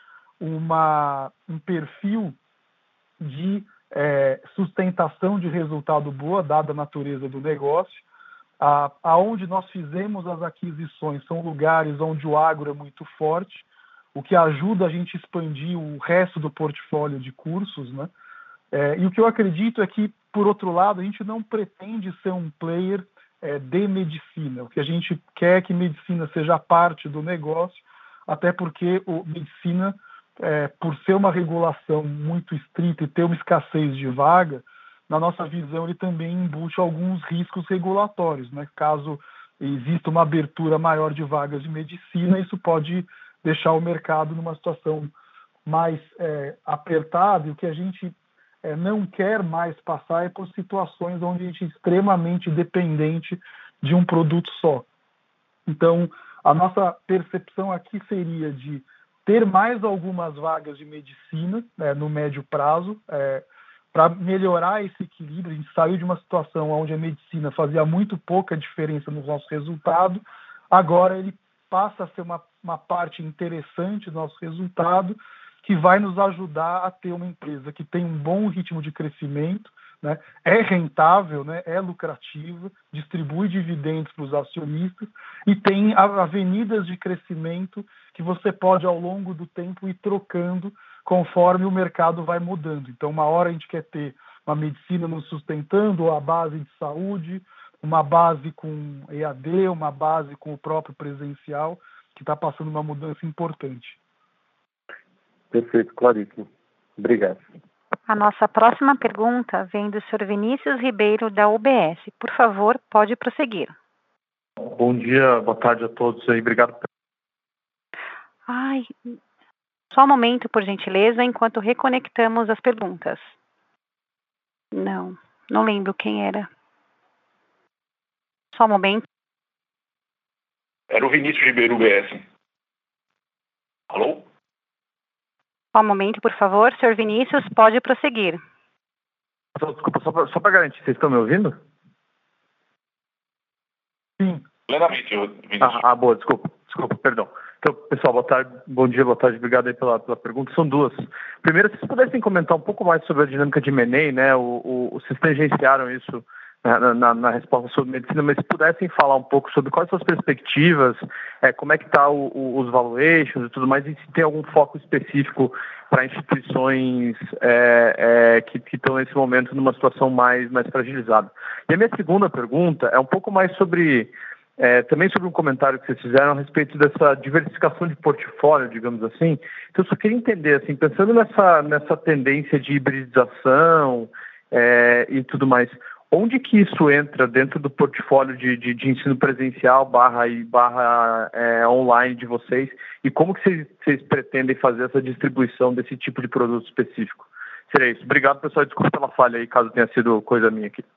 um perfil de sustentação de resultado boa, dada a natureza do negócio. Aonde nós fizemos as aquisições são lugares onde o agro é muito forte, o que ajuda a gente a expandir o resto do portfólio de cursos, né? E o que eu acredito é que, por outro lado, a gente não pretende ser um player de medicina. O que a gente quer é que medicina seja parte do negócio, até porque medicina, por ser uma regulação muito estrita e ter uma escassez de vaga, na nossa visão, ele também embute alguns riscos regulatórios, né? Caso exista uma abertura maior de vagas de medicina, isso pode deixar o mercado numa situação mais apertada, e o que a gente não quer mais passar é por situações onde a gente é extremamente dependente de um produto só. Então, a nossa percepção aqui seria de ter mais algumas vagas de medicina no médio prazo, para melhorar esse equilíbrio. A gente saiu de uma situação onde a medicina fazia muito pouca diferença nos nossos resultados, agora ele passa a ser uma parte interessante do nosso resultado, que vai nos ajudar a ter uma empresa que tem um bom ritmo de crescimento, né, é rentável, né, é lucrativa, distribui dividendos para os acionistas e tem avenidas de crescimento que você pode, ao longo do tempo, ir trocando conforme o mercado vai mudando. Então, uma hora a gente quer ter uma medicina nos sustentando, ou a base de saúde, uma base com EAD, uma base com o próprio presencial, que está passando uma mudança importante. Perfeito, claríssimo. Obrigado. A nossa próxima pergunta vem do Sr. Vinícius Ribeiro, da UBS. Por favor, pode prosseguir. Bom dia, boa tarde a todos aí. Obrigado. Só um momento, por gentileza, enquanto reconectamos as perguntas. Não lembro quem era. Só um momento. Era o Vinícius Ribeiro, UBS. Alô? Só um momento, por favor. Sr. Vinícius, pode prosseguir. Desculpa, só para garantir, vocês estão me ouvindo? Sim. Plenamente, Vinícius. Boa, desculpa, perdão. Então, pessoal, boa tarde, bom dia, boa tarde, obrigado aí pela pergunta. São duas. Primeiro, se vocês pudessem comentar um pouco mais sobre a dinâmica de M&A, né? Vocês tangenciaram isso na resposta sobre medicina, mas se pudessem falar um pouco sobre quais são as perspectivas, como é que está os valuations e tudo mais, e se tem algum foco específico para instituições que estão nesse momento numa situação mais fragilizada. E a minha segunda pergunta é um pouco mais também sobre um comentário que vocês fizeram a respeito dessa diversificação de portfólio, digamos assim. Então, eu só queria entender, assim, pensando nessa tendência de hibridização e tudo mais, onde que isso entra dentro do portfólio de ensino presencial barra online de vocês, e como que vocês pretendem fazer essa distribuição desse tipo de produto específico? Seria isso. Obrigado, pessoal. Desculpa pela falha aí, caso tenha sido coisa minha aqui.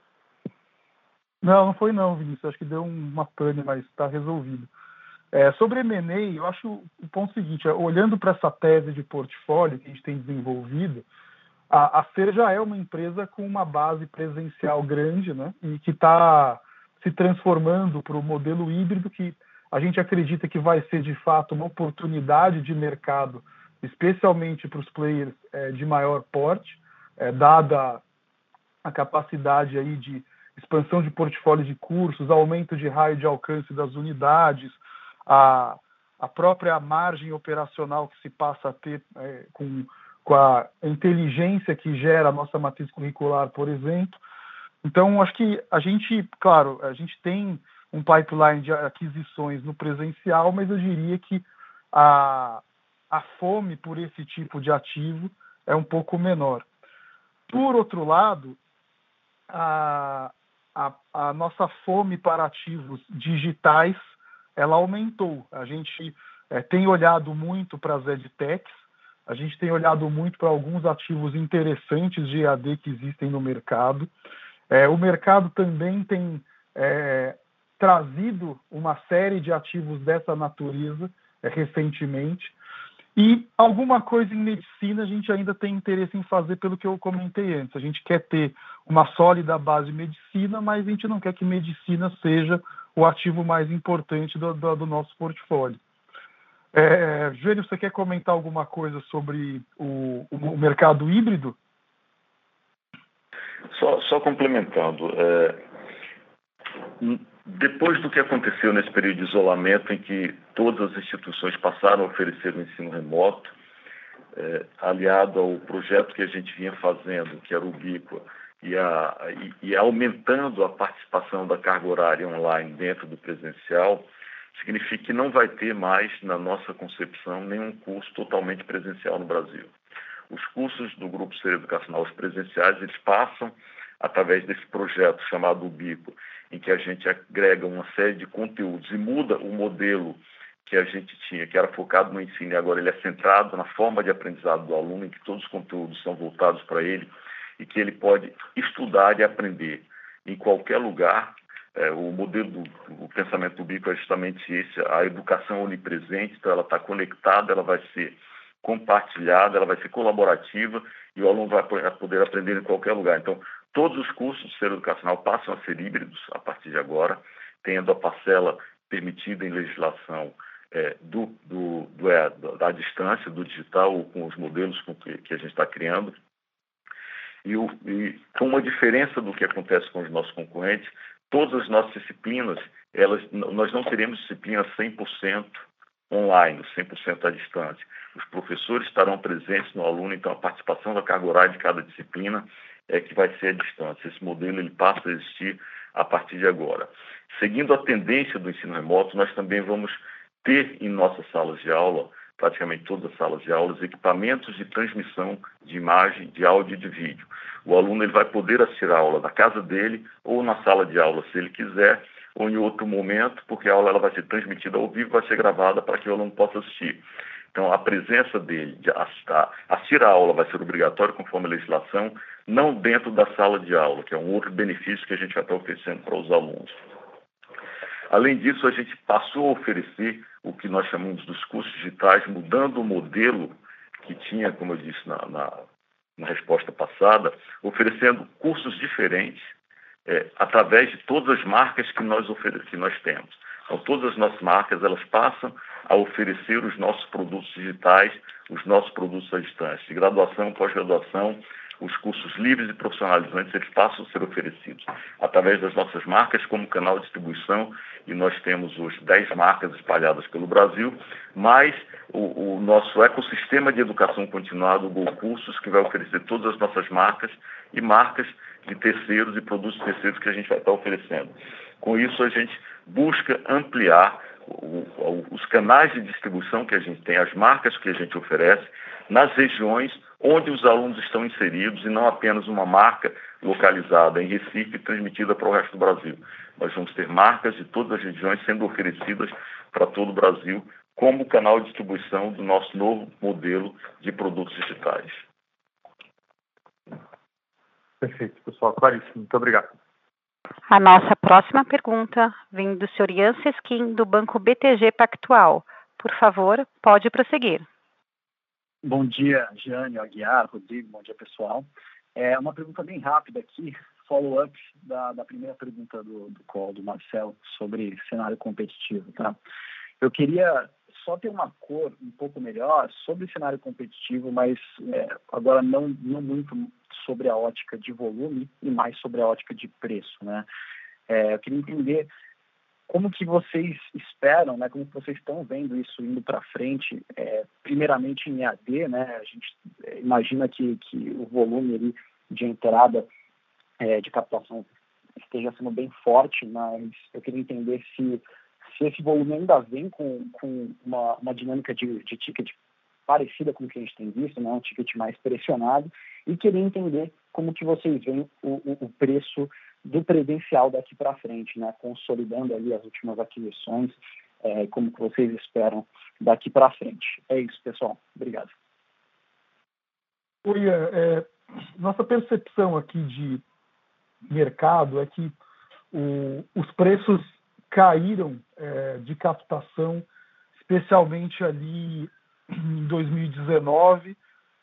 Não foi não, Vinícius. Acho que deu uma pane, mas está resolvido. Sobre M&A, eu acho o ponto seguinte, olhando para essa tese de portfólio que a gente tem desenvolvido, a Ser já é uma empresa com uma base presencial grande, né, e que está se transformando para o modelo híbrido, que a gente acredita que vai ser, de fato, uma oportunidade de mercado, especialmente para os players de maior porte, dada a capacidade aí de expansão de portfólio de cursos, aumento de raio de alcance das unidades, a própria margem operacional que se passa a ter com a inteligência que gera a nossa matriz curricular, por exemplo. Então, acho que a gente tem um pipeline de aquisições no presencial, mas eu diria que a fome por esse tipo de ativo é um pouco menor. Por outro lado, a nossa fome para ativos digitais ela aumentou. A gente tem olhado muito para as edtechs, a gente tem olhado muito para alguns ativos interessantes de EAD que existem no mercado. O mercado também tem trazido uma série de ativos dessa natureza recentemente. E alguma coisa em medicina a gente ainda tem interesse em fazer, pelo que eu comentei antes. A gente quer ter uma sólida base de medicina, mas a gente não quer que medicina seja o ativo mais importante do nosso portfólio. Jânio, você quer comentar alguma coisa sobre o mercado híbrido? Só complementando. Depois do que aconteceu nesse período de isolamento, em que todas as instituições passaram a oferecer o ensino remoto, aliado ao projeto que a gente vinha fazendo, que era o Ubíqua, e aumentando a participação da carga horária online dentro do presencial, significa que não vai ter mais, na nossa concepção, nenhum curso totalmente presencial no Brasil. Os cursos do Grupo Ser Educacional, os presenciais, eles passam através desse projeto chamado Ubíqua, em que a gente agrega uma série de conteúdos e muda o modelo que a gente tinha, que era focado no ensino, e agora ele é centrado na forma de aprendizado do aluno, em que todos os conteúdos são voltados para ele e que ele pode estudar e aprender em qualquer lugar. O modelo do pensamento do Ubíqua é justamente esse, a educação onipresente, então ela está conectada, ela vai ser compartilhada, ela vai ser colaborativa e o aluno vai poder aprender em qualquer lugar. Então, todos os cursos do Ser Educacional passam a ser híbridos a partir de agora, tendo a parcela permitida em legislação da distância, do digital, com os modelos que a gente está criando. E com uma diferença do que acontece com os nossos concorrentes, todas as nossas disciplinas, nós não teremos disciplinas 100% online, 100% à distância. Os professores estarão presentes no aluno, então a participação da carga horária de cada disciplina que vai ser à distância. Esse modelo ele passa a existir a partir de agora. Seguindo a tendência do ensino remoto, nós também vamos ter em nossas salas de aula, praticamente todas as salas de aulas, equipamentos de transmissão de imagem, de áudio e de vídeo. O aluno ele vai poder assistir a aula da casa dele ou na sala de aula, se ele quiser, ou em outro momento, porque a aula ela vai ser transmitida ao vivo, vai ser gravada para que o aluno possa assistir. Então, a presença dele de assistir a aula vai ser obrigatório conforme a legislação, não dentro da sala de aula, que é um outro benefício que a gente vai estar oferecendo para os alunos. Além disso, a gente passou a oferecer o que nós chamamos dos cursos digitais, mudando o modelo que tinha, como eu disse na resposta passada, oferecendo cursos diferentes através de todas as marcas que nós temos. Então, todas as nossas marcas, elas passam a oferecer os nossos produtos digitais, os nossos produtos à distância. De graduação, pós-graduação, os cursos livres e profissionalizantes, eles passam a ser oferecidos através das nossas marcas como canal de distribuição, e nós temos hoje 10 marcas espalhadas pelo Brasil, mais o nosso ecossistema de educação continuada, o Go Cursos, que vai oferecer todas as nossas marcas e marcas de terceiros e produtos terceiros que a gente vai estar oferecendo. Com isso, a gente busca ampliar os canais de distribuição que a gente tem, as marcas que a gente oferece, nas regiões onde os alunos estão inseridos, e não apenas uma marca localizada em Recife e transmitida para o resto do Brasil. Nós vamos ter marcas de todas as regiões sendo oferecidas para todo o Brasil como canal de distribuição do nosso novo modelo de produtos digitais. Perfeito, pessoal. Claríssimo. Muito obrigado. A nossa próxima pergunta vem do Sr. Ian Sesquim, do Banco BTG Pactual. Por favor, pode prosseguir. Bom dia, Jânio, Aguiar, Rodrigo, bom dia, pessoal. Uma pergunta bem rápida aqui, follow-up da primeira pergunta do call do Marcelo sobre cenário competitivo, tá? Eu queria só ter uma cor um pouco melhor sobre o cenário competitivo, mas agora não muito sobre a ótica de volume e mais sobre a ótica de preço, né? Eu queria entender como que vocês esperam, né? Como que vocês estão vendo isso indo para frente, primeiramente em EAD, né? A gente imagina que o volume ali de entrada de captação esteja sendo bem forte, mas eu queria entender se esse volume ainda vem com uma dinâmica de ticket parecida com o que a gente tem visto, né? Um ticket mais pressionado, e queria entender como que vocês veem o preço do presencial daqui para frente, né? Consolidando ali as últimas aquisições, como que vocês esperam daqui para frente. É isso, pessoal. Obrigado. Oi, nossa percepção aqui de mercado é que os preços caíram de captação, especialmente ali em 2019,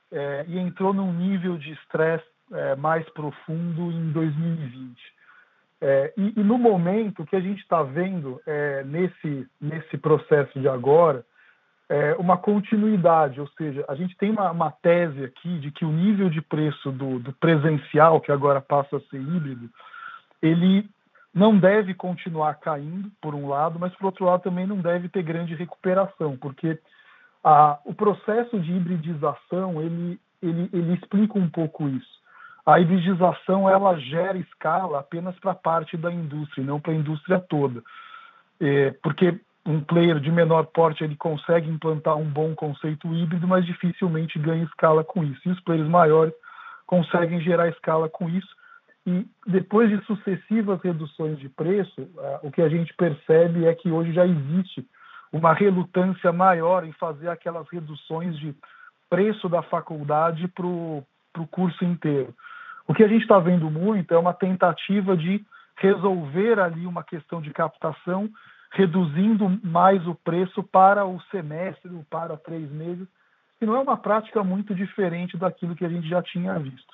e entrou num nível de estresse mais profundo em 2020. E no momento, o que a gente está vendo nesse processo de agora uma continuidade, ou seja, a gente tem uma tese aqui de que o nível de preço do presencial, que agora passa a ser híbrido, ele não deve continuar caindo, por um lado, mas, por outro lado, também não deve ter grande recuperação, porque o processo de hibridização, ele explica um pouco isso. A hibridização, ela gera escala apenas para parte da indústria, não para a indústria toda. Porque um player de menor porte, ele consegue implantar um bom conceito híbrido, mas dificilmente ganha escala com isso. E os players maiores conseguem gerar escala com isso. E depois de sucessivas reduções de preço, o que a gente percebe é que hoje já existe uma relutância maior em fazer aquelas reduções de preço da faculdade para o curso inteiro. O que a gente está vendo muito é uma tentativa de resolver ali uma questão de captação, reduzindo mais o preço para o semestre ou para 3 meses, que não é uma prática muito diferente daquilo que a gente já tinha visto.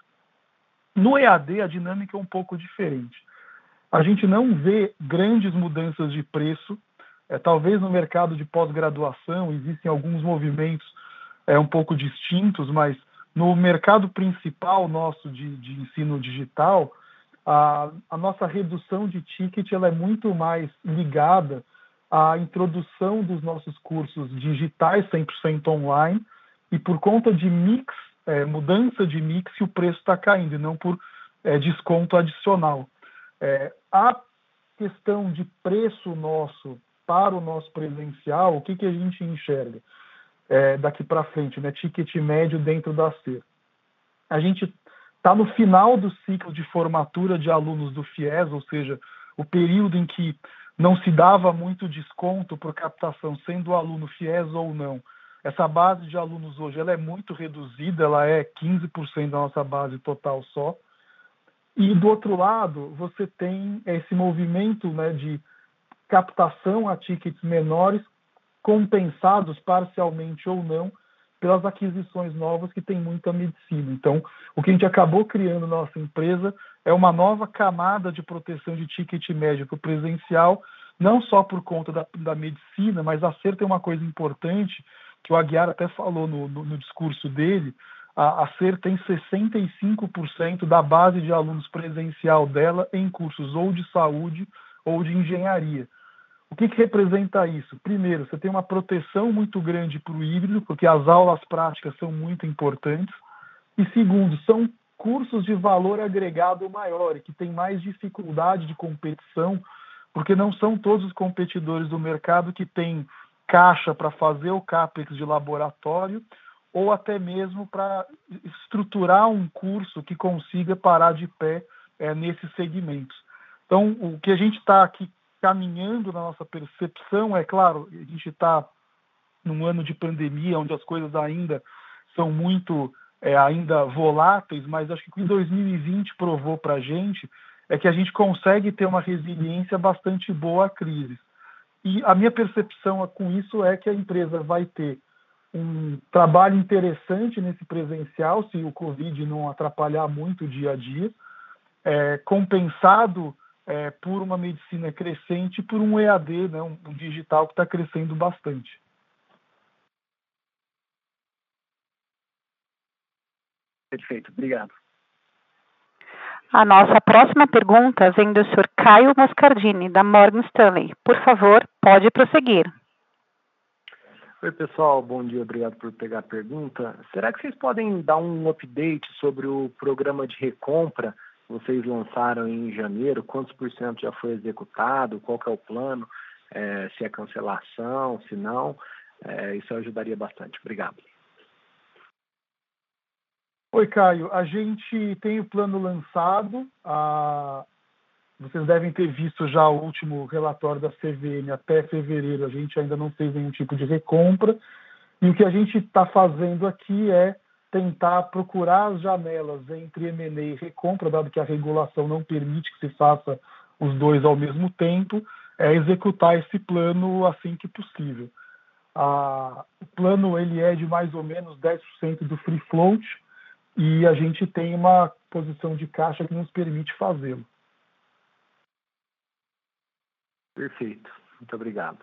No EAD, a dinâmica é um pouco diferente. A gente não vê grandes mudanças de preço. Talvez no mercado de pós-graduação existem alguns movimentos um pouco distintos, mas no mercado principal nosso de ensino digital, a nossa redução de ticket ela é muito mais ligada à introdução dos nossos cursos digitais 100% online, e por conta de mudança de mix, o preço está caindo, e não por desconto adicional. A questão de preço nosso para o nosso presencial, o que a gente enxerga daqui para frente, né? Ticket médio dentro da SER. A gente está no final do ciclo de formatura de alunos do FIES, ou seja, o período em que não se dava muito desconto por captação, sendo o aluno FIES ou não. Essa base de alunos hoje ela é muito reduzida, ela é 15% da nossa base total só. E, do outro lado, você tem esse movimento, né, de captação a tickets menores, compensados parcialmente ou não pelas aquisições novas que tem muita medicina. Então, o que a gente acabou criando na nossa empresa é uma nova camada de proteção de ticket médio para o presencial, não só por conta da medicina, mas a SER tem uma coisa importante, que o Aguiar até falou no discurso dele. A SER tem 65% da base de alunos presencial dela em cursos ou de saúde ou de engenharia. O que representa isso? Primeiro, você tem uma proteção muito grande para o híbrido, porque as aulas práticas são muito importantes. E segundo, são cursos de valor agregado maior e que tem mais dificuldade de competição, porque não são todos os competidores do mercado que têm caixa para fazer o CAPEX de laboratório ou até mesmo para estruturar um curso que consiga parar de pé nesses segmentos. Então, o que a gente está aqui caminhando na nossa percepção, é claro, a gente está num ano de pandemia, onde as coisas ainda são muito ainda voláteis, mas acho que o que 2020 provou para a gente é que a gente consegue ter uma resiliência bastante boa à crise. E a minha percepção com isso é que a empresa vai ter um trabalho interessante nesse presencial, se o Covid não atrapalhar muito o dia a dia, compensado por uma medicina crescente e por um EAD, né, um digital que está crescendo bastante. Perfeito, obrigado. A nossa próxima pergunta vem do Sr. Caio Moscardini, da Morgan Stanley. Por favor, pode prosseguir. Oi, pessoal. Bom dia. Obrigado por pegar a pergunta. Será que vocês podem dar um update sobre o programa de recompra que vocês lançaram em janeiro? Quantos % já foi executado? Qual que é o plano? Se é cancelação, se não? Isso ajudaria bastante. Obrigado. Oi, Caio. A gente tem o plano lançado. Vocês devem ter visto já o último relatório da CVM. Até fevereiro a gente ainda não fez nenhum tipo de recompra. E o que a gente está fazendo aqui é tentar procurar as janelas entre M&A e recompra, dado que a regulação não permite que se faça os dois ao mesmo tempo, executar esse plano assim que possível. O plano ele é de mais ou menos 10% do free float e a gente tem uma posição de caixa que nos permite fazê-lo. Perfeito. Muito obrigado.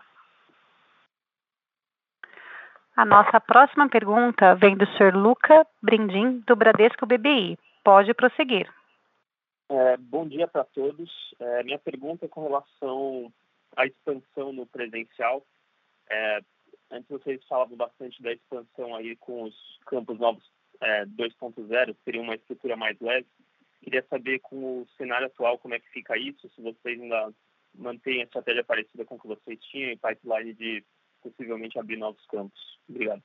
A nossa próxima pergunta vem do Sr. Luca Brindim, do Bradesco BBI. Pode prosseguir. Bom dia para todos. Minha pergunta é com relação à expansão no presencial. Antes vocês falavam bastante da expansão aí com os campos novos 2.0, seria uma estrutura mais leve. Queria saber com o cenário atual como é que fica isso, se vocês ainda mantêm a estratégia parecida com o que vocês tinham em pipeline de possivelmente abrir novos campos. Obrigado.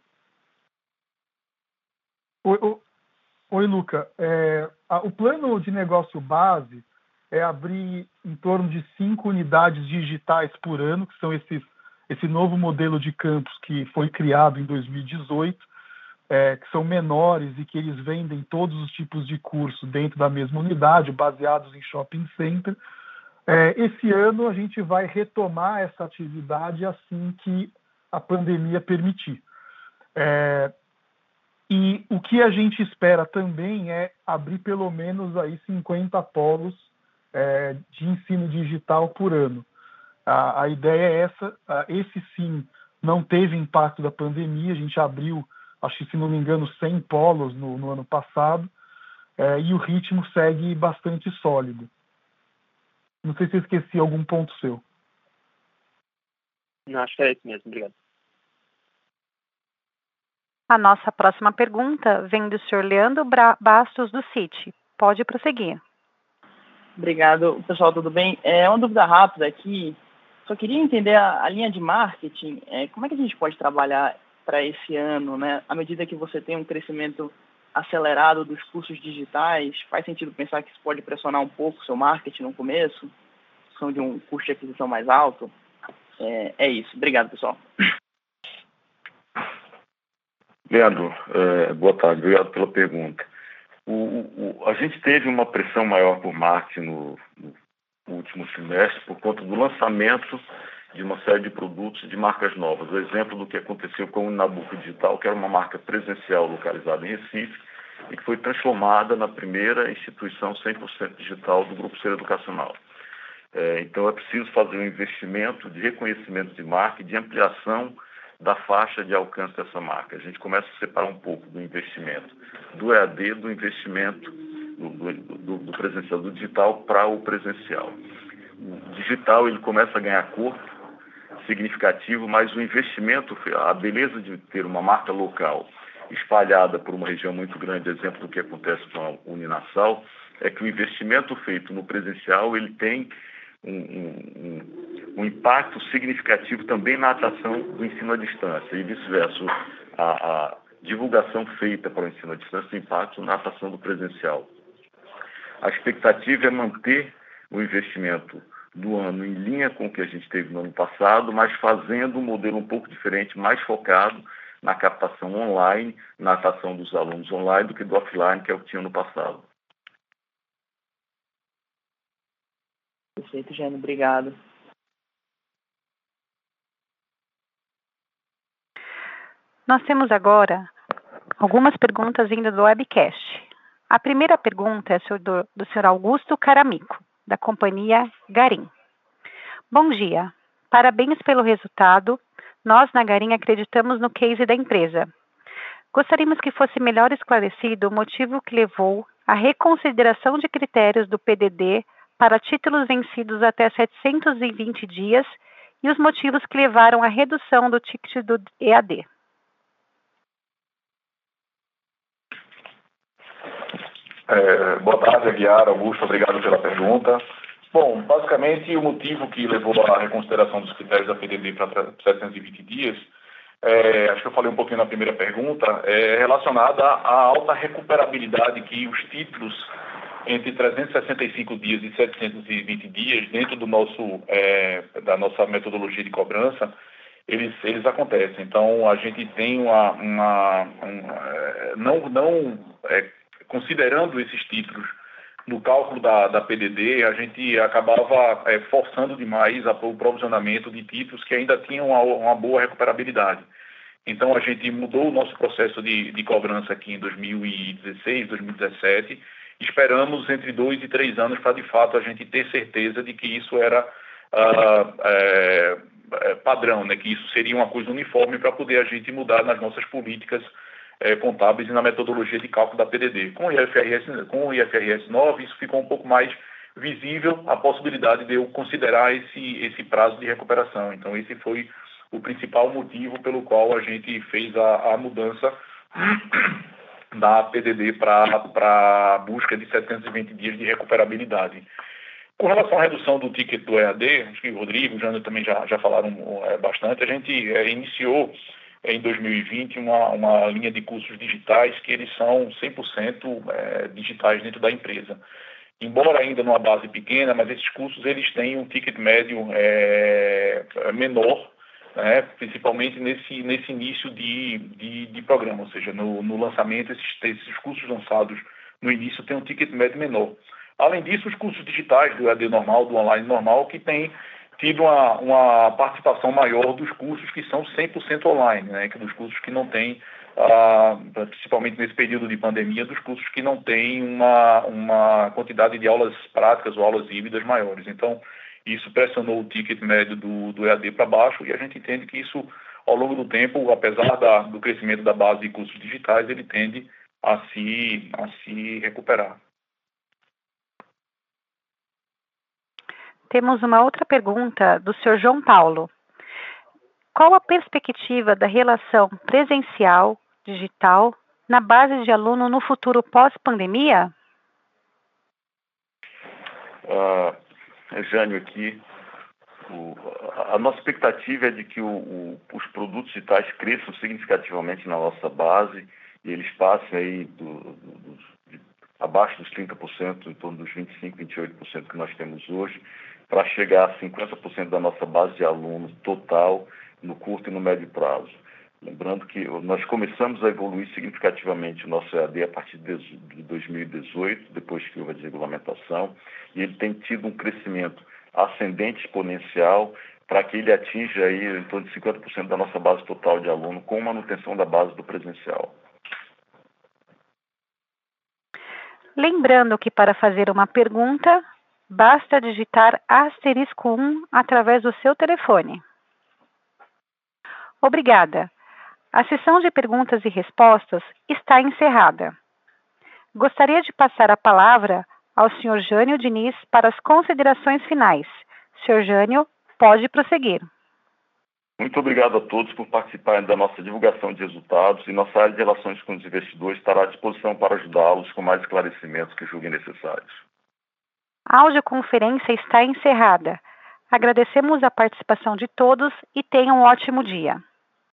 Oi, Luca. O plano de negócio base é abrir em torno de 5 unidades digitais por ano, que são esse novo modelo de campus que foi criado em 2018, que são menores e que eles vendem todos os tipos de curso dentro da mesma unidade, baseados em shopping center. Esse ano a gente vai retomar essa atividade assim que a pandemia permitir. E o que a gente espera também é abrir pelo menos aí 50 polos de ensino digital por ano. A ideia é essa. Esse sim não teve impacto da pandemia. A gente abriu, acho que se não me engano, 100 polos no ano passado, e o ritmo segue bastante sólido. Não sei se eu esqueci algum ponto seu. Não, acho que é isso mesmo. Obrigado. A nossa próxima pergunta vem do Sr. Leandro Bastos, do Citi. Pode prosseguir. Obrigado. Pessoal, tudo bem? Uma dúvida rápida aqui. Só queria entender a linha de marketing. Como é que a gente pode trabalhar para esse ano, né? À medida que você tem um crescimento acelerado dos cursos digitais, faz sentido pensar que isso pode pressionar um pouco o seu marketing no começo? São de um custo de aquisição mais alto? É isso. Obrigado, pessoal. Leandro, boa tarde. Obrigado pela pergunta. A gente teve uma pressão maior por marketing no último semestre por conta do lançamento de uma série de produtos de marcas novas. O exemplo do que aconteceu com o Nabuco Digital, que era uma marca presencial localizada em Recife e que foi transformada na primeira instituição 100% digital do Grupo Ser Educacional. Então é preciso fazer um investimento de reconhecimento de marca e de ampliação da faixa de alcance dessa marca. A gente começa a separar um pouco do investimento do EAD, do investimento do presencial, do digital para o presencial. O digital ele começa a ganhar corpo significativo, mas o investimento, a beleza de ter uma marca local espalhada por uma região muito grande, exemplo do que acontece com a Uninasal, é que o investimento feito no presencial ele tem um impacto significativo também na atração do ensino à distância e vice-versa. A divulgação feita para o ensino à distância tem impacto na atração do presencial. A expectativa é manter o investimento do ano em linha com o que a gente teve no ano passado, mas fazendo um modelo um pouco diferente, mais focado na captação online, na atração dos alunos online do que do offline, que é o que tinha no passado. Perfeito, Jânio. Obrigado. Nós temos agora algumas perguntas vindas do webcast. A primeira pergunta é do Sr. Augusto Caramico, da companhia Garim. Bom dia. Parabéns pelo resultado. Nós, na Garim, acreditamos no case da empresa. Gostaríamos que fosse melhor esclarecido o motivo que levou à reconsideração de critérios do PDD para títulos vencidos até 720 dias e os motivos que levaram à redução do ticket do EAD. Boa tarde, Aguiar, Augusto, obrigado pela pergunta. Bom, basicamente o motivo que levou à reconsideração dos critérios da PDD para 720 dias, acho que eu falei um pouquinho na primeira pergunta, é relacionada à alta recuperabilidade que os títulos entre 365 dias e 720 dias, dentro do da nossa metodologia de cobrança, eles acontecem. Então, a gente tem considerando esses títulos no cálculo da PDD, a gente acabava forçando demais o provisionamento de títulos que ainda tinham uma boa recuperabilidade. Então, a gente mudou o nosso processo de cobrança aqui em 2016, 2017. Esperamos entre 2 e 3 anos para, de fato, a gente ter certeza de que isso era padrão, né? Que isso seria uma coisa uniforme para poder a gente mudar nas nossas políticas contábeis e na metodologia de cálculo da PDD. Com o IFRS 9, isso ficou um pouco mais visível, a possibilidade de eu considerar esse prazo de recuperação. Então, esse foi o principal motivo pelo qual a gente fez a mudança da PDD para a busca de 720 dias de recuperabilidade. Com relação à redução do ticket do EAD, acho que o Rodrigo e o Jânio também já falaram bastante, a gente iniciou em 2020 uma linha de cursos digitais que eles são 100% digitais dentro da empresa. Embora ainda numa base pequena, mas esses cursos eles têm um ticket médio menor, né, principalmente nesse início de programa, ou seja, no lançamento, esses cursos lançados no início têm um ticket médio menor. Além disso, os cursos digitais do EAD normal, do online normal, que tem tido uma participação maior dos cursos que são 100% online, né, que dos cursos que não têm, principalmente nesse período de pandemia, dos cursos que não têm uma quantidade de aulas práticas ou aulas híbridas maiores. Então, isso pressionou o ticket médio do EAD para baixo e a gente entende que isso, ao longo do tempo, apesar do crescimento da base de cursos digitais, ele tende a se recuperar. Temos uma outra pergunta do Sr. João Paulo. Qual a perspectiva da relação presencial-digital na base de aluno no futuro pós-pandemia? Jânio aqui. A nossa expectativa é de que os produtos digitais cresçam significativamente na nossa base e eles passem aí abaixo dos 30%, em torno dos 25%, 28% que nós temos hoje, para chegar a 50% da nossa base de alunos total no curto e no médio prazo. Lembrando que nós começamos a evoluir significativamente o nosso EAD a partir de 2018, depois que houve a desregulamentação, e ele tem tido um crescimento ascendente exponencial para que ele atinja aí em torno de 50% da nossa base total de aluno, com manutenção da base do presencial. Lembrando que para fazer uma pergunta, basta digitar *1 através do seu telefone. Obrigada. A sessão de perguntas e respostas está encerrada. Gostaria de passar a palavra ao Sr. Jânio Diniz para as considerações finais. Sr. Jânio, pode prosseguir. Muito obrigado a todos por participarem da nossa divulgação de resultados e nossa área de relações com os investidores estará à disposição para ajudá-los com mais esclarecimentos que julguem necessários. A audioconferência está encerrada. Agradecemos a participação de todos e tenham um ótimo dia.